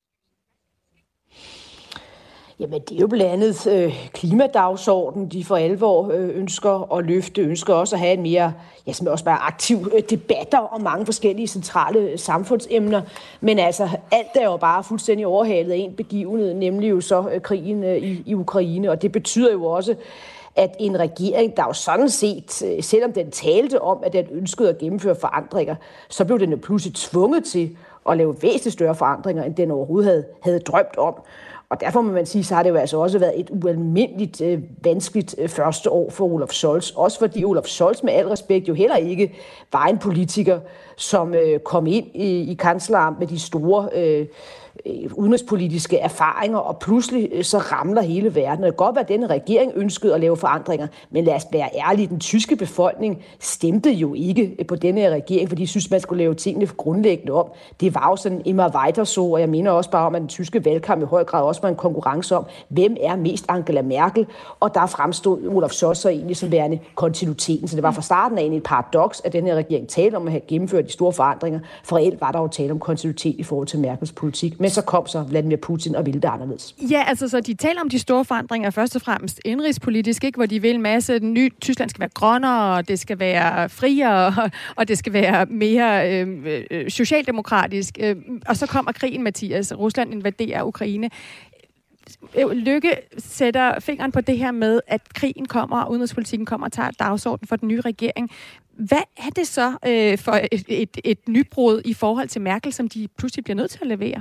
Jamen, det er jo blandt andet øh, klimadagsordenen, de for alvor øh, ønsker at løfte, ønsker også at have en mere, ja, som også bare aktiv øh, debatter om mange forskellige centrale øh, samfundsemner. Men altså, alt er jo bare fuldstændig overhalet af en begivenhed, nemlig jo så øh, krigen øh, i, i Ukraine. Og det betyder jo også, at en regering, der jo sådan set, øh, selvom den talte om, at den ønskede at gennemføre forandringer, så blev den jo pludselig tvunget til at lave væsentligt større forandringer, end den overhovedet havde, havde drømt om. Og derfor må man sige, så har det jo altså også været et ualmindeligt øh, vanskeligt øh, første år for Olaf Scholz. Også fordi Olaf Scholz med al respekt jo heller ikke var en politiker, som øh, kom ind i, i kansleramt med de store øh, udenrigspolitiske erfaringer, og pludselig øh, så ramler hele verden. Og det kan godt være, at denne regering ønskede at lave forandringer, men lad os være ærlige, den tyske befolkning stemte jo ikke på denne regering, fordi de synes, man skulle lave tingene grundlæggende om. Det var jo sådan immer weiter so, og jeg mener også bare om, at den tyske valgkamp i høj grad også var en konkurrence om, hvem er mest Angela Merkel, og der fremstod Olaf Scholz så egentlig som værende kontinuiteten. Så det var fra starten af et paradoks, at den her regering talte om at have gennemført de store forandringer, for reelt var der jo tale om kontinuitet i forhold til Merkels politik. Men så kom så Vladimir Putin og ville det anderledes. Ja, altså så de taler om de store forandringer først og fremmest indrigspolitisk, ikke, hvor de vil en masse. Den nye Tyskland skal være grønnere, og det skal være friere, og det skal være mere øh, øh, socialdemokratisk. Øh, og så kommer krigen, Mathias. Rusland invaderer Ukraine. Lykke sætter fingeren på det her med, at krigen kommer, og udenrigspolitikken kommer og tager dagsordenen for den nye regering. Hvad er det så øh, for et, et, et nybrud i forhold til Merkel, som de pludselig bliver nødt til at levere?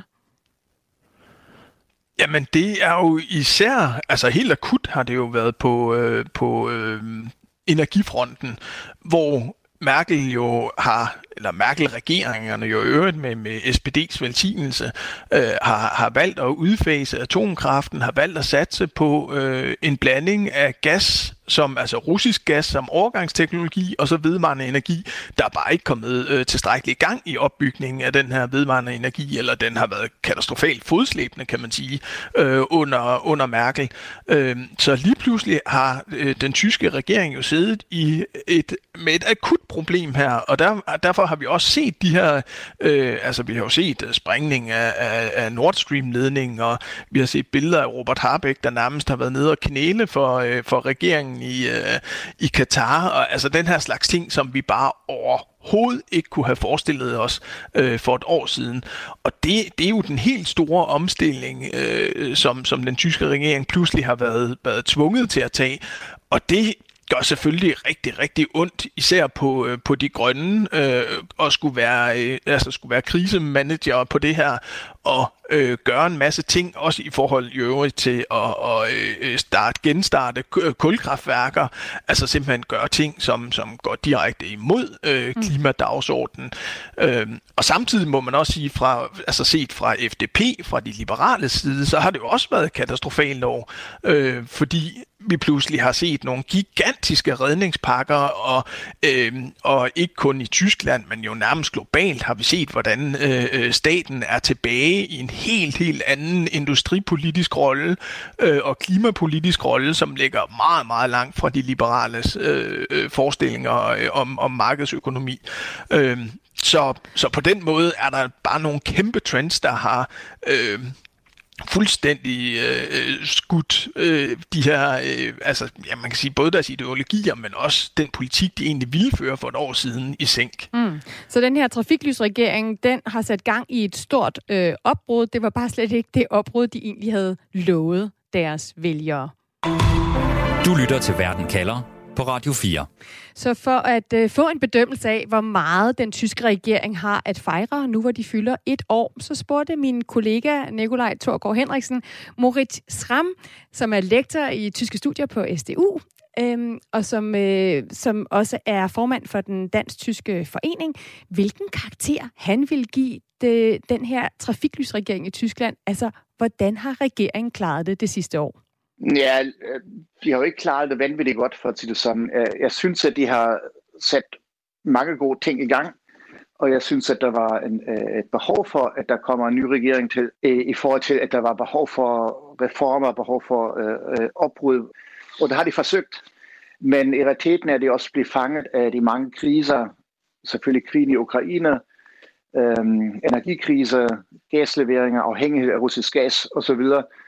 Jamen, det er jo især, altså helt akut har det jo været på, øh, på øh, energifronten, hvor Merkel jo har, eller Merkel-regeringerne jo i øvrigt med, med S P D's velsignelse, øh, har, har valgt at udfase atomkraften, har valgt at satse på øh, en blanding af gas, som altså russisk gas som overgangsteknologi, og så vedvarende energi. Der er bare ikke kommet øh, tilstrækkelig gang i opbygningen af den her vedvarende energi, eller den har været katastrofalt fodslæbende, kan man sige, øh, under, under Merkel. Øh, så lige pludselig har øh, den tyske regering jo siddet i et, med et akut problem her, og der, derfor har vi også set de her, øh, altså vi har jo set sprængning af, af, af Nord Stream-ledningen, og vi har set billeder af Robert Habeck, der nærmest har været nede og knæle for, øh, for regeringen i, øh, i Katar, og altså den her slags ting, som vi bare overhovedet ikke kunne have forestillet os øh, for et år siden. Og det, det er jo den helt store omstilling, øh, som, som den tyske regering pludselig har været, været tvunget til at tage, og det gør selvfølgelig rigtig, rigtig ondt, især på, øh, på de grønne, øh, og skulle være, øh, altså skulle være krisemanager på det her, og øh, gøre en masse ting, også i forhold i øvrigt til at, at øh, starte, genstarte kulkraftværker, altså simpelthen gøre ting, som, som går direkte imod øh, klimadagsordenen. Mm. Øh, og samtidig må man også sige, fra, altså set fra F D P, fra de liberale side, så har det jo også været katastrofalt år, øh, fordi vi pludselig har set nogle gigantiske redningspakker, og, øh, og ikke kun i Tyskland, men jo nærmest globalt har vi set, hvordan øh, staten er tilbage i en helt, helt anden industripolitisk rolle øh, og klimapolitisk rolle, som ligger meget, meget langt fra de liberales øh, forestillinger øh, om, om markedsøkonomi. Øh, så, så på den måde er der bare nogle kæmpe trends, der har... Øh, fuldstændig øh, skudt øh, de her, øh, altså ja, man kan sige både deres ideologier, men også den politik, de egentlig ville føre for et år siden i sænk. Mm. Så den her trafiklysregering, den har sat gang i et stort øh, opbrud. Det var bare slet ikke det opbrud, de egentlig havde lovet deres vælgere. Du lytter til Verden kalder på Radio fire. Så for at øh, få en bedømmelse af, hvor meget den tyske regering har at fejre, nu hvor de fylder et år, så spurgte min kollega Nikolaj Thorgård Henriksen Moritz Schramm, som er lektor i tyske studier på S D U, øhm, og som, øh, som også er formand for den dansk-tyske forening, hvilken karakter han vil give det, den her trafiklysregering i Tyskland. Altså, hvordan har regeringen klaret det det sidste år? Ja, de har jo ikke klaret det vanvittigt godt, for at sige det sådan. Jeg synes, at de har sat mange gode ting i gang, og jeg synes, at der var en, et behov for, at der kommer en ny regering til, i forhold til, at der var behov for reformer, behov for øh, opbrud, og det har de forsøgt. Men i realiteten er de også blevet fanget af de mange kriser, selvfølgelig krigen i Ukraine, øh, energikriser, gasleveringer, afhængighed af russisk gas osv.,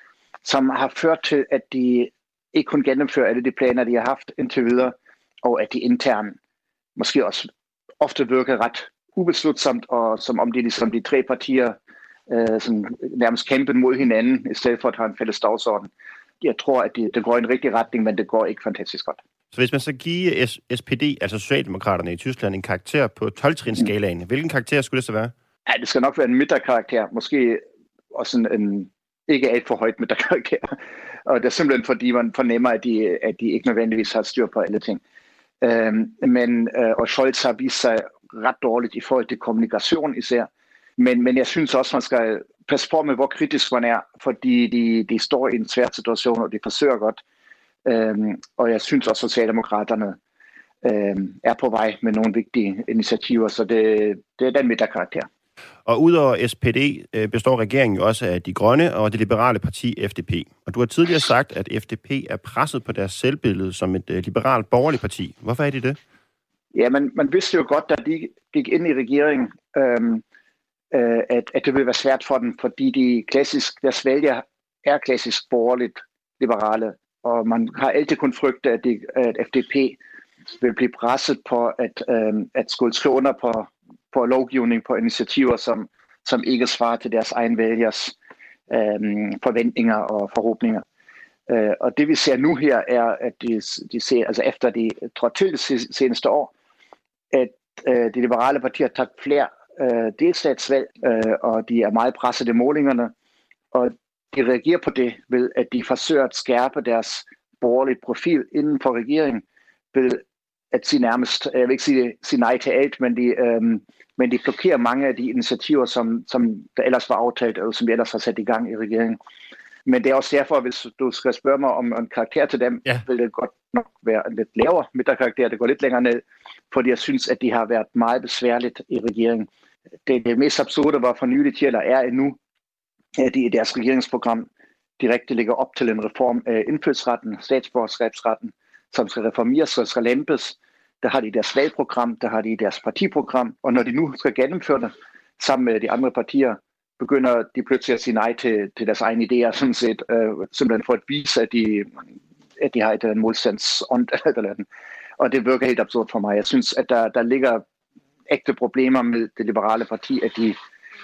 som har ført til, at de ikke kun gennemfører alle de planer, de har haft indtil videre, og at de internt måske også ofte virker ret ubeslutsomt, og som om de ligesom de tre partier øh, som nærmest kæmper mod hinanden, i stedet for at have en fælles dagsorden. Jeg tror, at det, det går i en rigtig retning, men det går ikke fantastisk godt. Så hvis man så giver S P D, altså Socialdemokraterne i Tyskland, en karakter på tolv-trinsskalaen, mm. hvilken karakter skulle det så være? Ja, det skal nok være en midterkarakter, måske også en, en ikke alt for højt midterkarakter. Og det er simpelthen fordi, man fornemmer, at de, at de ikke nødvendigvis har styr på alle ting. Øhm, men, øh, og Scholz har vist sig ret dårligt i forhold til kommunikation især. Men, men jeg synes også, man skal passe på med, hvor kritisk man er, fordi de, de står i en svær situation, og de forsøger godt. Øhm, og jeg synes også, at Socialdemokraterne øhm, er på vej med nogle vigtige initiativer, så det, det er den midterkarakter. Og udover S P D består regeringen jo også af De Grønne og det liberale parti F D P. Og du har tidligere sagt, at F D P er presset på deres selvbillede som et liberalt borgerligt parti. Hvorfor er de det? Ja, man, man vidste jo godt, da de gik ind i regeringen, øhm, øh, at, at det ville være svært for dem, fordi de klassisk, deres vælgere er klassisk borgerligt liberale. Og man har altid kun frygtet, at, de, at F D P vil blive presset på at, øhm, at skulle skrive under på på lovgivning, på initiativer, som, som ikke svarer til deres egen vælgers øhm, forventninger og forhåbninger. Øh, og det vi ser nu her er, at de, de ser, altså efter de trådte til det seneste år, at øh, de liberale partier har taget flere øh, delstatsvalg, øh, og de er meget presset i målingerne, og de reagerer på det ved, at de forsøger at skærpe deres borgerlige profil inden for regeringen, ved at sige nærmest, jeg vil ikke sige, sige nej til alt, men de, øhm, men de blokerer mange af de initiativer, som, som der ellers var aftalt, og som vi ellers har sat i gang i regeringen. Men det er også derfor, hvis du skal spørge mig om en karakter til dem, ja. vil det godt nok være en lidt lavere midterkarakter, det går lidt længere ned, fordi jeg synes, at de har været meget besværligt i regeringen. Det, det mest absurde var for nyligt, eller er endnu, at de i deres regeringsprogram direkte ligger op til en reform af indfødsretten, statsborgerskabsretten, som skal reformeres og skal lempes. Der har de deres valgprogram, der har de deres partiprogram, og når de nu skal gennemføre det sammen med de andre partier, begynder de pludselig at sige nej til, til deres egne idéer, sådan set, øh, simpelthen for at vise, at de, at de har et modstandsånd eller andet. Og det virker helt absurd for mig. Jeg synes, at der, der ligger ægte problemer med det liberale parti, at de,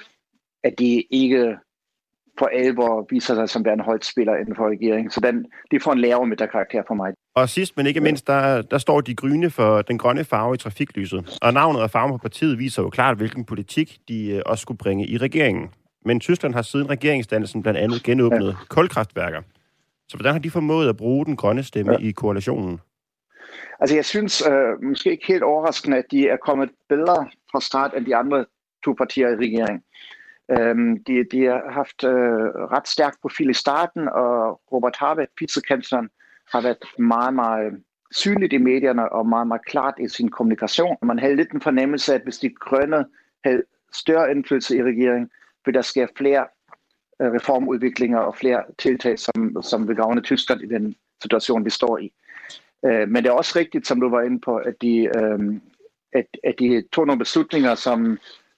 at de ikke for alvor viser sig som værende højt spiller inden for regeringen. Så den, de får en lavere midterkarakter for mig. Og sidst, men ikke mindst, der, der står De Grønne for den grønne farve i trafiklyset. Og navnet og farven på partiet viser jo klart, hvilken politik de også skulle bringe i regeringen. Men Tyskland har siden regeringsdannelsen blandt andet genåbnet ja. kulkraftværker. Så hvordan har de formået at bruge den grønne stemme ja. i koalitionen? Altså jeg synes øh, måske ikke helt overraskende, at de er kommet bedre fra start end de andre to partier i regeringen. Um, de, de har haft uh, ret stærk profil i starten, og Robert Habeck, vicekansleren, har været meget, meget synligt i medierne og meget, meget klart i sin kommunikation. Man havde lidt en fornemmelse af, at hvis de grønne havde større indflydelse i regeringen, vil der ske flere uh, reformudviklinger og flere tiltag, som, som vil gavne Tyskland i den situation, vi står i. Uh, men det er også rigtigt, som du var inde på, at de, um, at, at de tog nogle beslutninger, som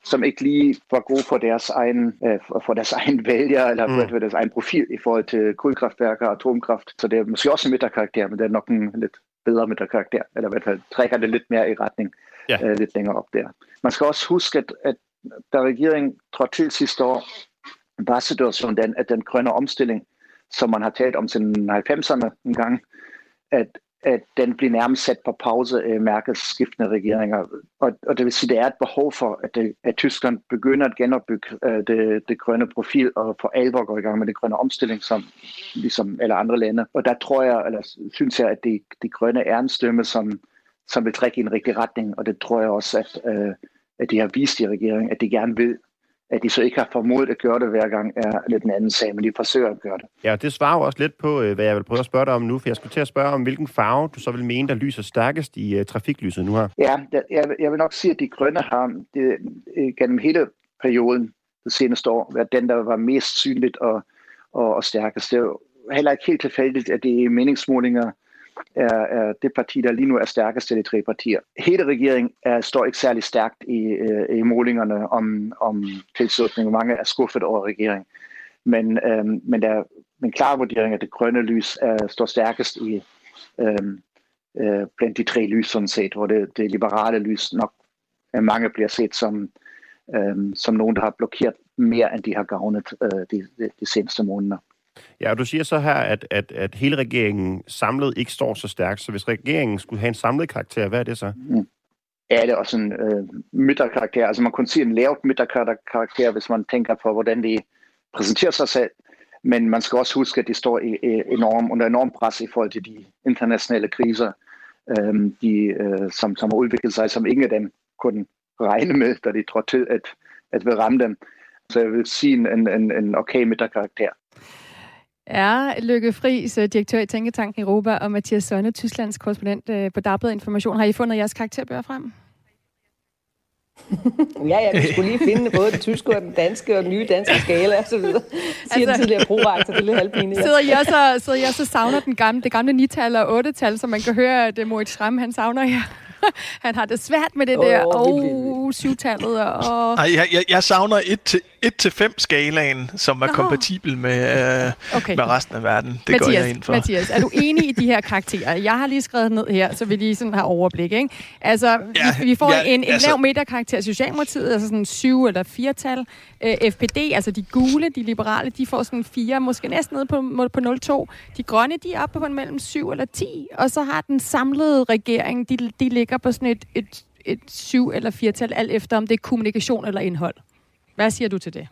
som ikke lige var gode for deres egen, øh, for deres egen vælger, eller mm. for deres egen profil i forhold til kulkraftværker og atomkraft. Så det er måske også en midterkarakter, men det er nok en lidt bedre midterkarakter, eller i hvert fald trækker det lidt mere i retning, ja. øh, lidt længere op der. Man skal også huske, at, at da regeringen trådte til sidste år, var situationen den, at den grønne omstilling, som man har talt om siden halvfemserne en gang, at at den bliver nærmest sat på pause af Merkels skiftende regeringer. Og, og det vil sige, at der er et behov for, at, det, at Tyskland begynder at genopbygge uh, det, det grønne profil, og for alvor går i gang med det grønne omstilling, som ligesom alle andre lande. Og der tror jeg, eller synes jeg, at de, de grønne er en stemme, som, som vil trække i en rigtig retning, og det tror jeg også, at, uh, at de har vist i regeringen, at de gerne vil. At de så ikke har formået at gøre det hver gang, er lidt en anden sag, men de forsøger at gøre det. Ja, det svarer jo også lidt på, hvad jeg vil prøve at spørge dig om nu, for jeg skulle til at spørge om, hvilken farve du så vil mene, der lyser stærkest i uh, trafiklyset nu her. Ja, jeg, jeg vil nok sige, at de grønne har det, gennem hele perioden det seneste år været den, der var mest synligt og, og, og stærkest. Det er jo heller ikke helt tilfældigt, at det i meningsmålinger er, er det parti, der lige nu er stærkest af de tre partier. Hele regeringen er, står ikke særlig stærkt i, øh, i målingerne om, om tilslutning. Mange er skuffet over regeringen. Men, øh, men der er en klar vurdering, at det grønne lys er, står stærkest i øh, øh, blandt de tre lys, sådan set, hvor det, det liberale lys nok øh, mange bliver set som, øh, som nogen, der har blokeret mere, end de har gavnet øh, de, de, de seneste måneder. Ja, og du siger så her, at, at, at hele regeringen samlet ikke står så stærkt. Så hvis regeringen skulle have en samlet karakter, hvad er det så? Mm. Ja, det er også en øh, midterkarakter. Altså man kunne sige en lavt midterkarakter, hvis man tænker på, hvordan de præsenterer sig selv. Men man skal også huske, at de står i, i enorm, under enorm pres i forhold til de internationale kriser, øh, de, øh, som, som har udviklet sig, som ingen af dem kunne regne med, da de trådte til at, at vil ramme dem. Så jeg vil sige en, en, en okay midterkarakter. Er Lykke Friis, direktør i Tænketanken Europa, og Mathias Sonne, Tysklands korrespondent på Dagbladet Information. Har I fundet jeres karakterbøger frem? ja, ja, vi skulle lige finde både den tyske og den danske og den nye danske skala og så videre. Siger altså, den tidligere prorektor, det er lidt halvpinligt. Sidder I også, sidder I også savner den gamle, det gamle ni-tal og otte-tal, som man kan høre, at Moritz Schramm, han savner her? Han har det svært med det der oh, oh, syvtallet. Og... Ej, jeg, jeg, jeg savner et til fem skalaen, som er Nå. kompatibel med, øh, okay. med resten af verden. Det Mathias, går jeg ind for. Mathias, er du enig i de her karakterer? Jeg har lige skrevet ned her, så vi lige sådan har overblik. Ikke? Altså, ja, vi, vi får ja, en, en altså... lav midterkarakter af Socialdemokratiet, altså sådan syv eller fire-tal. Øh, F P D, altså de gule, de liberale, de får sådan fire, måske næsten ned på, på nul komma to. De grønne, de er oppe på mellem syv eller ti. Og så har den samlede regering, de, de ligger på sådan et, et, et syv eller fire-tal, alt efter om det er kommunikation eller indhold. Hvad siger du til det?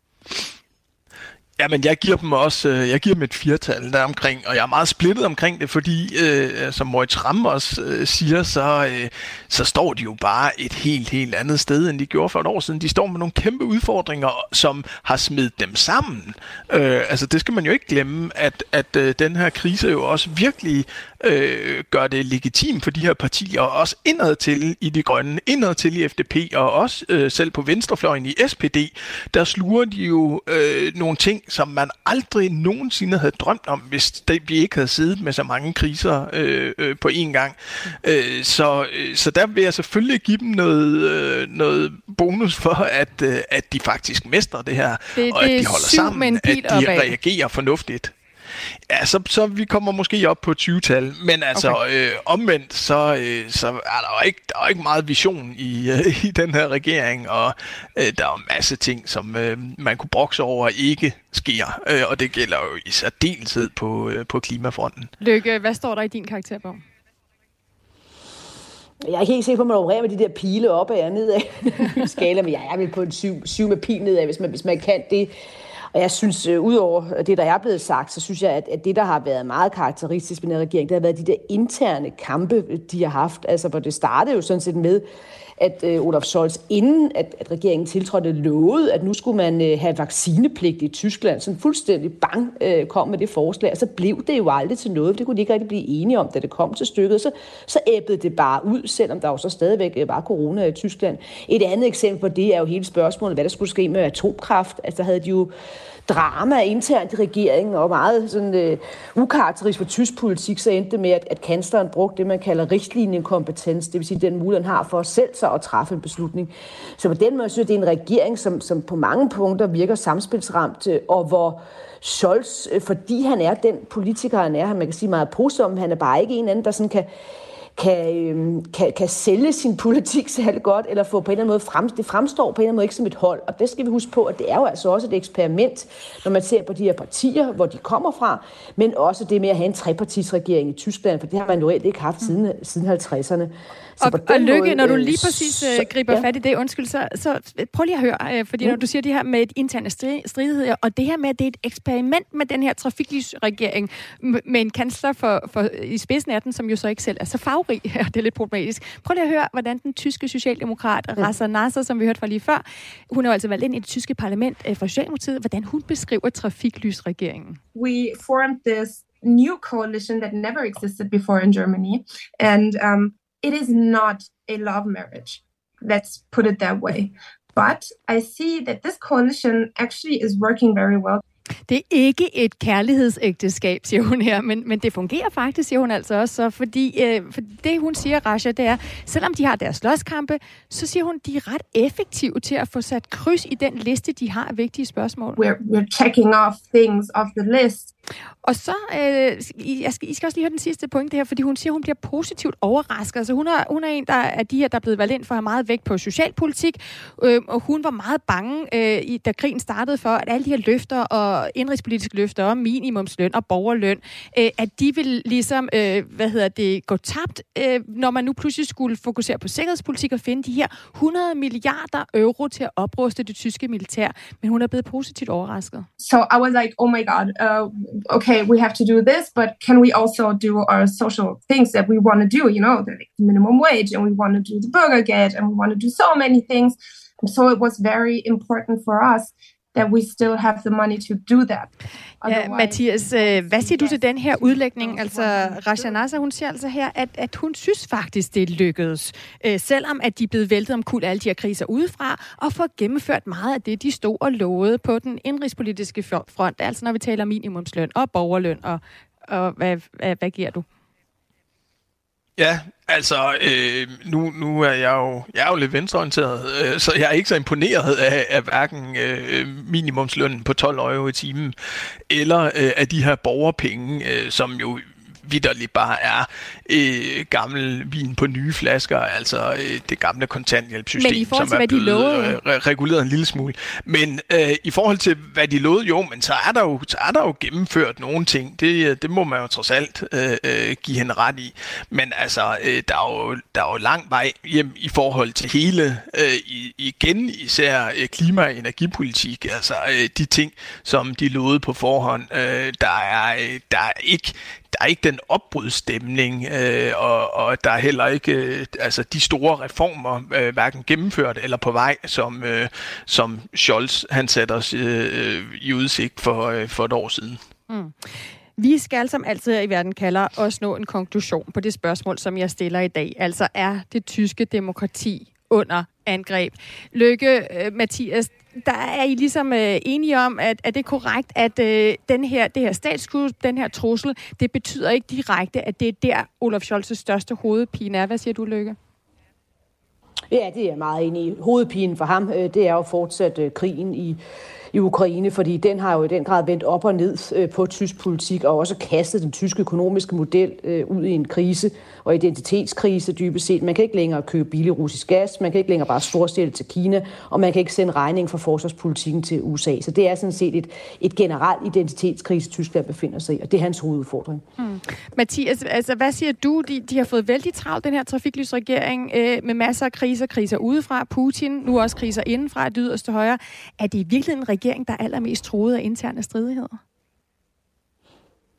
Jamen, jeg giver dem også, jeg giver dem et firtal der omkring, og jeg er meget splittet omkring det, fordi, øh, som Moritz Schramm også øh, siger, så, øh, så står de jo bare et helt, helt andet sted, end de gjorde for et år siden. De står med nogle kæmpe udfordringer, som har smidt dem sammen. Øh, altså, det skal man jo ikke glemme, at, at øh, den her krise jo også virkelig øh, gør det legitimt for de her partier, og også indad til i de grønne, indad til i F D P, og også øh, selv på venstrefløjen i S P D, der sluger de jo øh, nogle ting, som man aldrig nogensinde havde drømt om, hvis det, vi ikke havde siddet med så mange kriser øh, øh, på én gang. Øh, så, øh, så der vil jeg selvfølgelig give dem noget, øh, noget bonus for, at, øh, at de faktisk mestrer det her, det, og det at de holder sammen, at de reagerer fornuftigt. Ja, så, så vi kommer måske op på tyve-tal, men altså okay. øh, omvendt, så, øh, så er der jo ikke, der er ikke meget vision i, øh, i den her regering, og øh, der er jo en masse ting, som øh, man kunne brokse over ikke sker, øh, og det gælder jo i særdeleshed på, øh, på klimafronten. Lykke, hvad står der i din karakterbog? Jeg er ikke helt sikker på, at man opererer med de der pile op og nedad skala, men jeg er vel på en syv, syv med pil nedad, hvis man, hvis man kan det. Og jeg synes, uh, udover det, der er blevet sagt, så synes jeg, at, at det, der har været meget karakteristisk med den regering, det har været de der interne kampe, de har haft. Altså, hvor det startede jo sådan set med, at uh, Olaf Scholz, inden at, at regeringen tiltrådte, lovede, at nu skulle man uh, have vaccinepligt i Tyskland. Sådan fuldstændig bang uh, kom med det forslag, og så blev det jo aldrig til noget. Det kunne de ikke rigtig blive enige om, da det kom til stykket. Så, så æbbede det bare ud, selvom der jo så stadigvæk var corona i Tyskland. Et andet eksempel på det er jo hele spørgsmålet, hvad der skulle ske med atomkraft. Altså, der havde de jo drama internt i regeringen, og meget sådan øh, ukarakteristisk for tysk politik, så endte det med, at, at kansleren brugte det, man kalder richtlinjenkompetens, det vil sige den mulighed, han har for selv sig at træffe en beslutning. Så på den måde synes jeg, det er en regering, som, som på mange punkter virker samspilsramt, og hvor Scholz, fordi han er den politiker, han er, man kan sige meget positivt om, han er bare ikke en anden, der sådan kan Kan, kan, kan sælge sin politik særlig godt, eller få på en eller anden måde frem, det fremstår på en eller anden måde ikke som et hold. Og det skal vi huske på, at det er jo altså også et eksperiment, når man ser på de her partier, hvor de kommer fra, men også det med at have en trepartisregering i Tyskland, for det har man jo ikke haft siden, siden halvtredserne. Og, og Lykke, når du lige præcis øh, griber ja. fat i det, undskyld, så, så prøv lige at høre, øh, fordi mm. når du siger det her med et interne stridigheder, og det her med, at det er et eksperiment med den her trafiklysregering, med en kansler for, for, i spidsen af den, som jo så ikke selv er så farverig, og det er lidt problematisk. Prøv lige at høre, hvordan den tyske socialdemokrat, mm. Rasa Nasser, som vi hørte fra lige før, hun er jo altså valgt ind i det tyske parlament øh, fra Socialdemokratiet, hvordan hun beskriver trafiklysregeringen. We formed this new coalition that never existed before in Germany, and um, it is not a love marriage. Let's put it that way. But I see that this coalition actually is working very well. Det er ikke et kærlighedsægteskab, siger hun her, men, men det fungerer faktisk, siger hun altså også. Så fordi øh, for det, hun siger, Rasha, det er, selvom de har deres slåskampe, så siger hun, de er ret effektive til at få sat kryds i den liste, de har af vigtige spørgsmål. We're, we're checking off things off the list. Og så, øh, I, skal, I skal også lige høre den sidste pointe her, fordi hun siger, hun bliver positivt overrasket. Altså hun er, hun er en der, af de her, der er blevet valgt ind for at have meget vægt på socialpolitik, øh, og hun var meget bange, øh, i, da krigen startede, for at alle de her løfter og indrigspolitiske løfter om minimumsløn og borgerløn, øh, at de vil ligesom, øh, hvad hedder det, gå tabt, øh, når man nu pludselig skulle fokusere på sikkerhedspolitik og finde de her hundrede milliarder euro til at opruste det tyske militær. Men hun er blevet positivt overrasket. So I was like, oh my god, uh, okay, we have to do this, but can we also do our social things that we want to do, you know, the like, minimum wage, and we want to do the Bürgergeld, and we want to do so many things. And so it was very important for us that we still have the money to do that. Ja, Mathias, hvad siger du til den her udlægning? Altså, Rasha Nasser, hun siger altså her, at, at hun synes faktisk, det lykkedes, øh, selvom at de er blevet væltet omkuld alle de her kriser udefra, og får gennemført meget af det, de stod og lovede på den indrigspolitiske front, altså når vi taler minimumsløn og borgerløn, og, og hvad, hvad, hvad giver du? Ja, altså, øh, nu, nu er jeg jo, jeg er jo lidt venstreorienteret, øh, så jeg er ikke så imponeret af, af hverken øh, minimumslønnen på tolv euro i timen, eller øh, af de her borgerpenge, øh, som jo vitterligt bare er øh, gammel vin på nye flasker, altså øh, det gamle kontanthjælpssystem, som er blevet øh, reguleret en lille smule. Men øh, i forhold til, hvad de lovede, jo, men så er der jo, så er der jo gennemført nogle ting. Det, det må man jo trods alt øh, give hende ret i. Men altså, øh, der, er jo, der er jo lang vej hjem i forhold til hele, øh, igen især øh, klima- og energipolitik, altså øh, de ting, som de lovede på forhånd. Øh, der, er, øh, der er ikke Der er ikke den opbrudsstemning, øh, og, og der er heller ikke øh, altså de store reformer, øh, hverken gennemført eller på vej, som, øh, som Scholz han satte os øh, i udsigt for, øh, for et år siden. Mm. Vi skal som altid i Verden kalder også nå en konklusion på det spørgsmål, som jeg stiller i dag. Altså, er det tyske demokrati under angreb? Lykke, øh, Mathias, der er I ligesom øh, enige om, at, at det er korrekt, at øh, den her, det her statskup, den her trussel, det betyder ikke direkte, at det er der Olaf Scholz' største hovedpine er. Hvad siger du, Lykke? Ja, det er jeg meget enig i. Hovedpinen for ham, øh, det er jo fortsat øh, krigen i i Ukraine, fordi den har jo i den grad vendt op og ned øh, på tysk politik, og også kastet den tyske økonomiske model øh, ud i en krise og identitetskrise dybest set. Man kan ikke længere købe billig russisk gas, man kan ikke længere bare storstille til Kina, og man kan ikke sende regning for forsvarspolitikken til U S A. Så det er sådan set et, et generelt identitetskrise, Tyskland befinder sig i, og det er hans hovedudfordring. Hmm. Mathias, altså, hvad siger du? De, de har fået vældig travlt, den her trafiklysregering, øh, med masser af kriser, kriser udefra, Putin, nu også kriser indenfra, det yderste højre. Er det i virkeligheden en regering, der er allermest truet af interne stridigheder?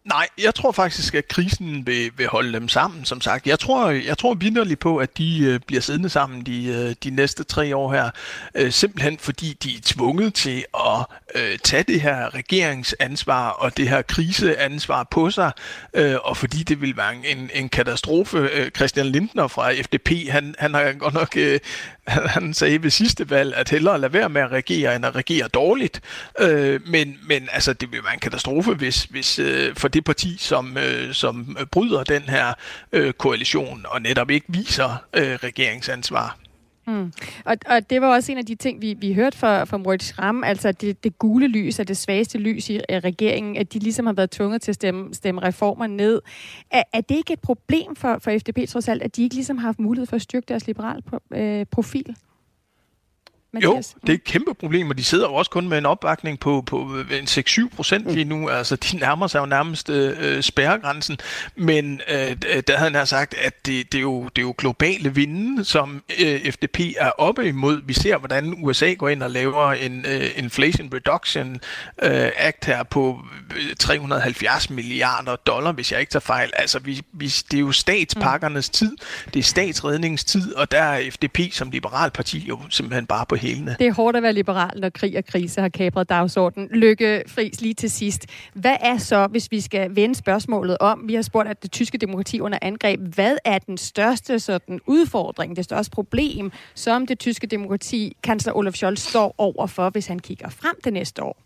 Nej, jeg tror faktisk, at krisen vil, vil holde dem sammen, som sagt. Jeg tror, jeg tror vitterligt på, at de øh, bliver siddende sammen de, øh, de næste tre år her. Øh, simpelthen fordi de er tvunget til at øh, tage det her regeringsansvar og det her kriseansvar på sig, øh, og fordi det vil være en, en katastrofe. Øh, Christian Lindner fra F D P, han, han har godt nok... Øh, han sagde ved sidste valg, at hellere lade være med at regere, end at regere dårligt. Øh, men, men altså, det vil være en katastrofe, hvis, hvis øh, for det parti, som, øh, som bryder den her øh, koalition, og netop ikke viser øh, regeringsansvar. Mm. Og, og det var også en af de ting, vi, vi hørte fra, fra Moritz Schramm, altså det, det gule lys og det svageste lys i regeringen, at de ligesom har været tvunget til at stemme, stemme reformer ned. Er, er det ikke et problem for, for F D P trods alt, at de ikke ligesom har haft mulighed for at styrke deres liberale øh, profil? Mathias? Jo, det er et kæmpe problem, og de sidder jo også kun med en opbakning på, på en seks til syv procent lige nu. Altså, de nærmer sig jo nærmest øh, spærregrænsen. Men øh, der havde han sagt, at det, det, er jo, det er jo globale vinde, som øh, F D P er oppe imod. Vi ser, hvordan U S A går ind og laver en øh, Inflation Reduction øh, Act her på tre hundrede og halvfjerds milliarder dollar, hvis jeg ikke tager fejl. Altså, vi, vi, det er jo statspakkernes tid, det er statsredningens tid, og der er F D P som liberal parti jo simpelthen bare på hælene. Det er hårdt at være liberal, når krig og krise har kapret dagsordenen. Lykke Friis, lige til sidst. Hvad er så, hvis vi skal vende spørgsmålet om? Vi har spurgt, at det tyske demokrati under angreb. Hvad er den største sådan, udfordring, det største problem, som det tyske demokrati, kansler Olaf Scholz, står overfor, hvis han kigger frem det næste år?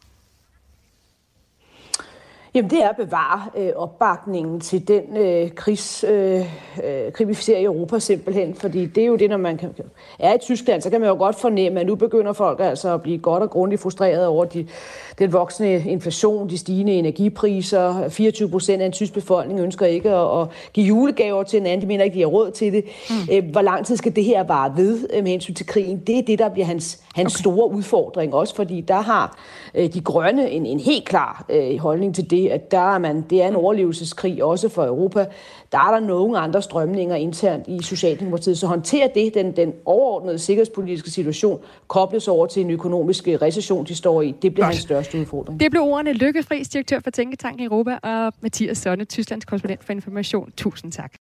Jamen, det er at bevare øh, opbakningen til den øh, krigs, øh, øh, krig, vi ser i Europa simpelthen, fordi det er jo det, når man kan, er i Tyskland, så kan man jo godt fornemme, at nu begynder folk altså at blive godt og grundigt frustreret over de, den voksende inflation, de stigende energipriser. fireogtyve procent af en tysk befolkning ønsker ikke at, at give julegaver til en anden, de mener ikke, de har råd til det. Mm. Øh, hvor lang tid skal det her vare ved øh, med hensyn til krigen? Det er det, der bliver hans, hans okay. store udfordring, også fordi der har øh, de grønne en, en helt klar øh, holdning til det, at der er man, det er en overlevelseskrig også for Europa. Der er der nogle andre strømninger internt i Socialdemokratiet, så håndterer det den, den overordnede sikkerhedspolitiske situation, kobles over til en økonomisk recession, de står i. Det bliver hans største udfordring. Det blev ordene. Lykke Friis, direktør for Tænketanken Europa, og Mathias Sonne, Tysklands korrespondent for Information. Tusind tak.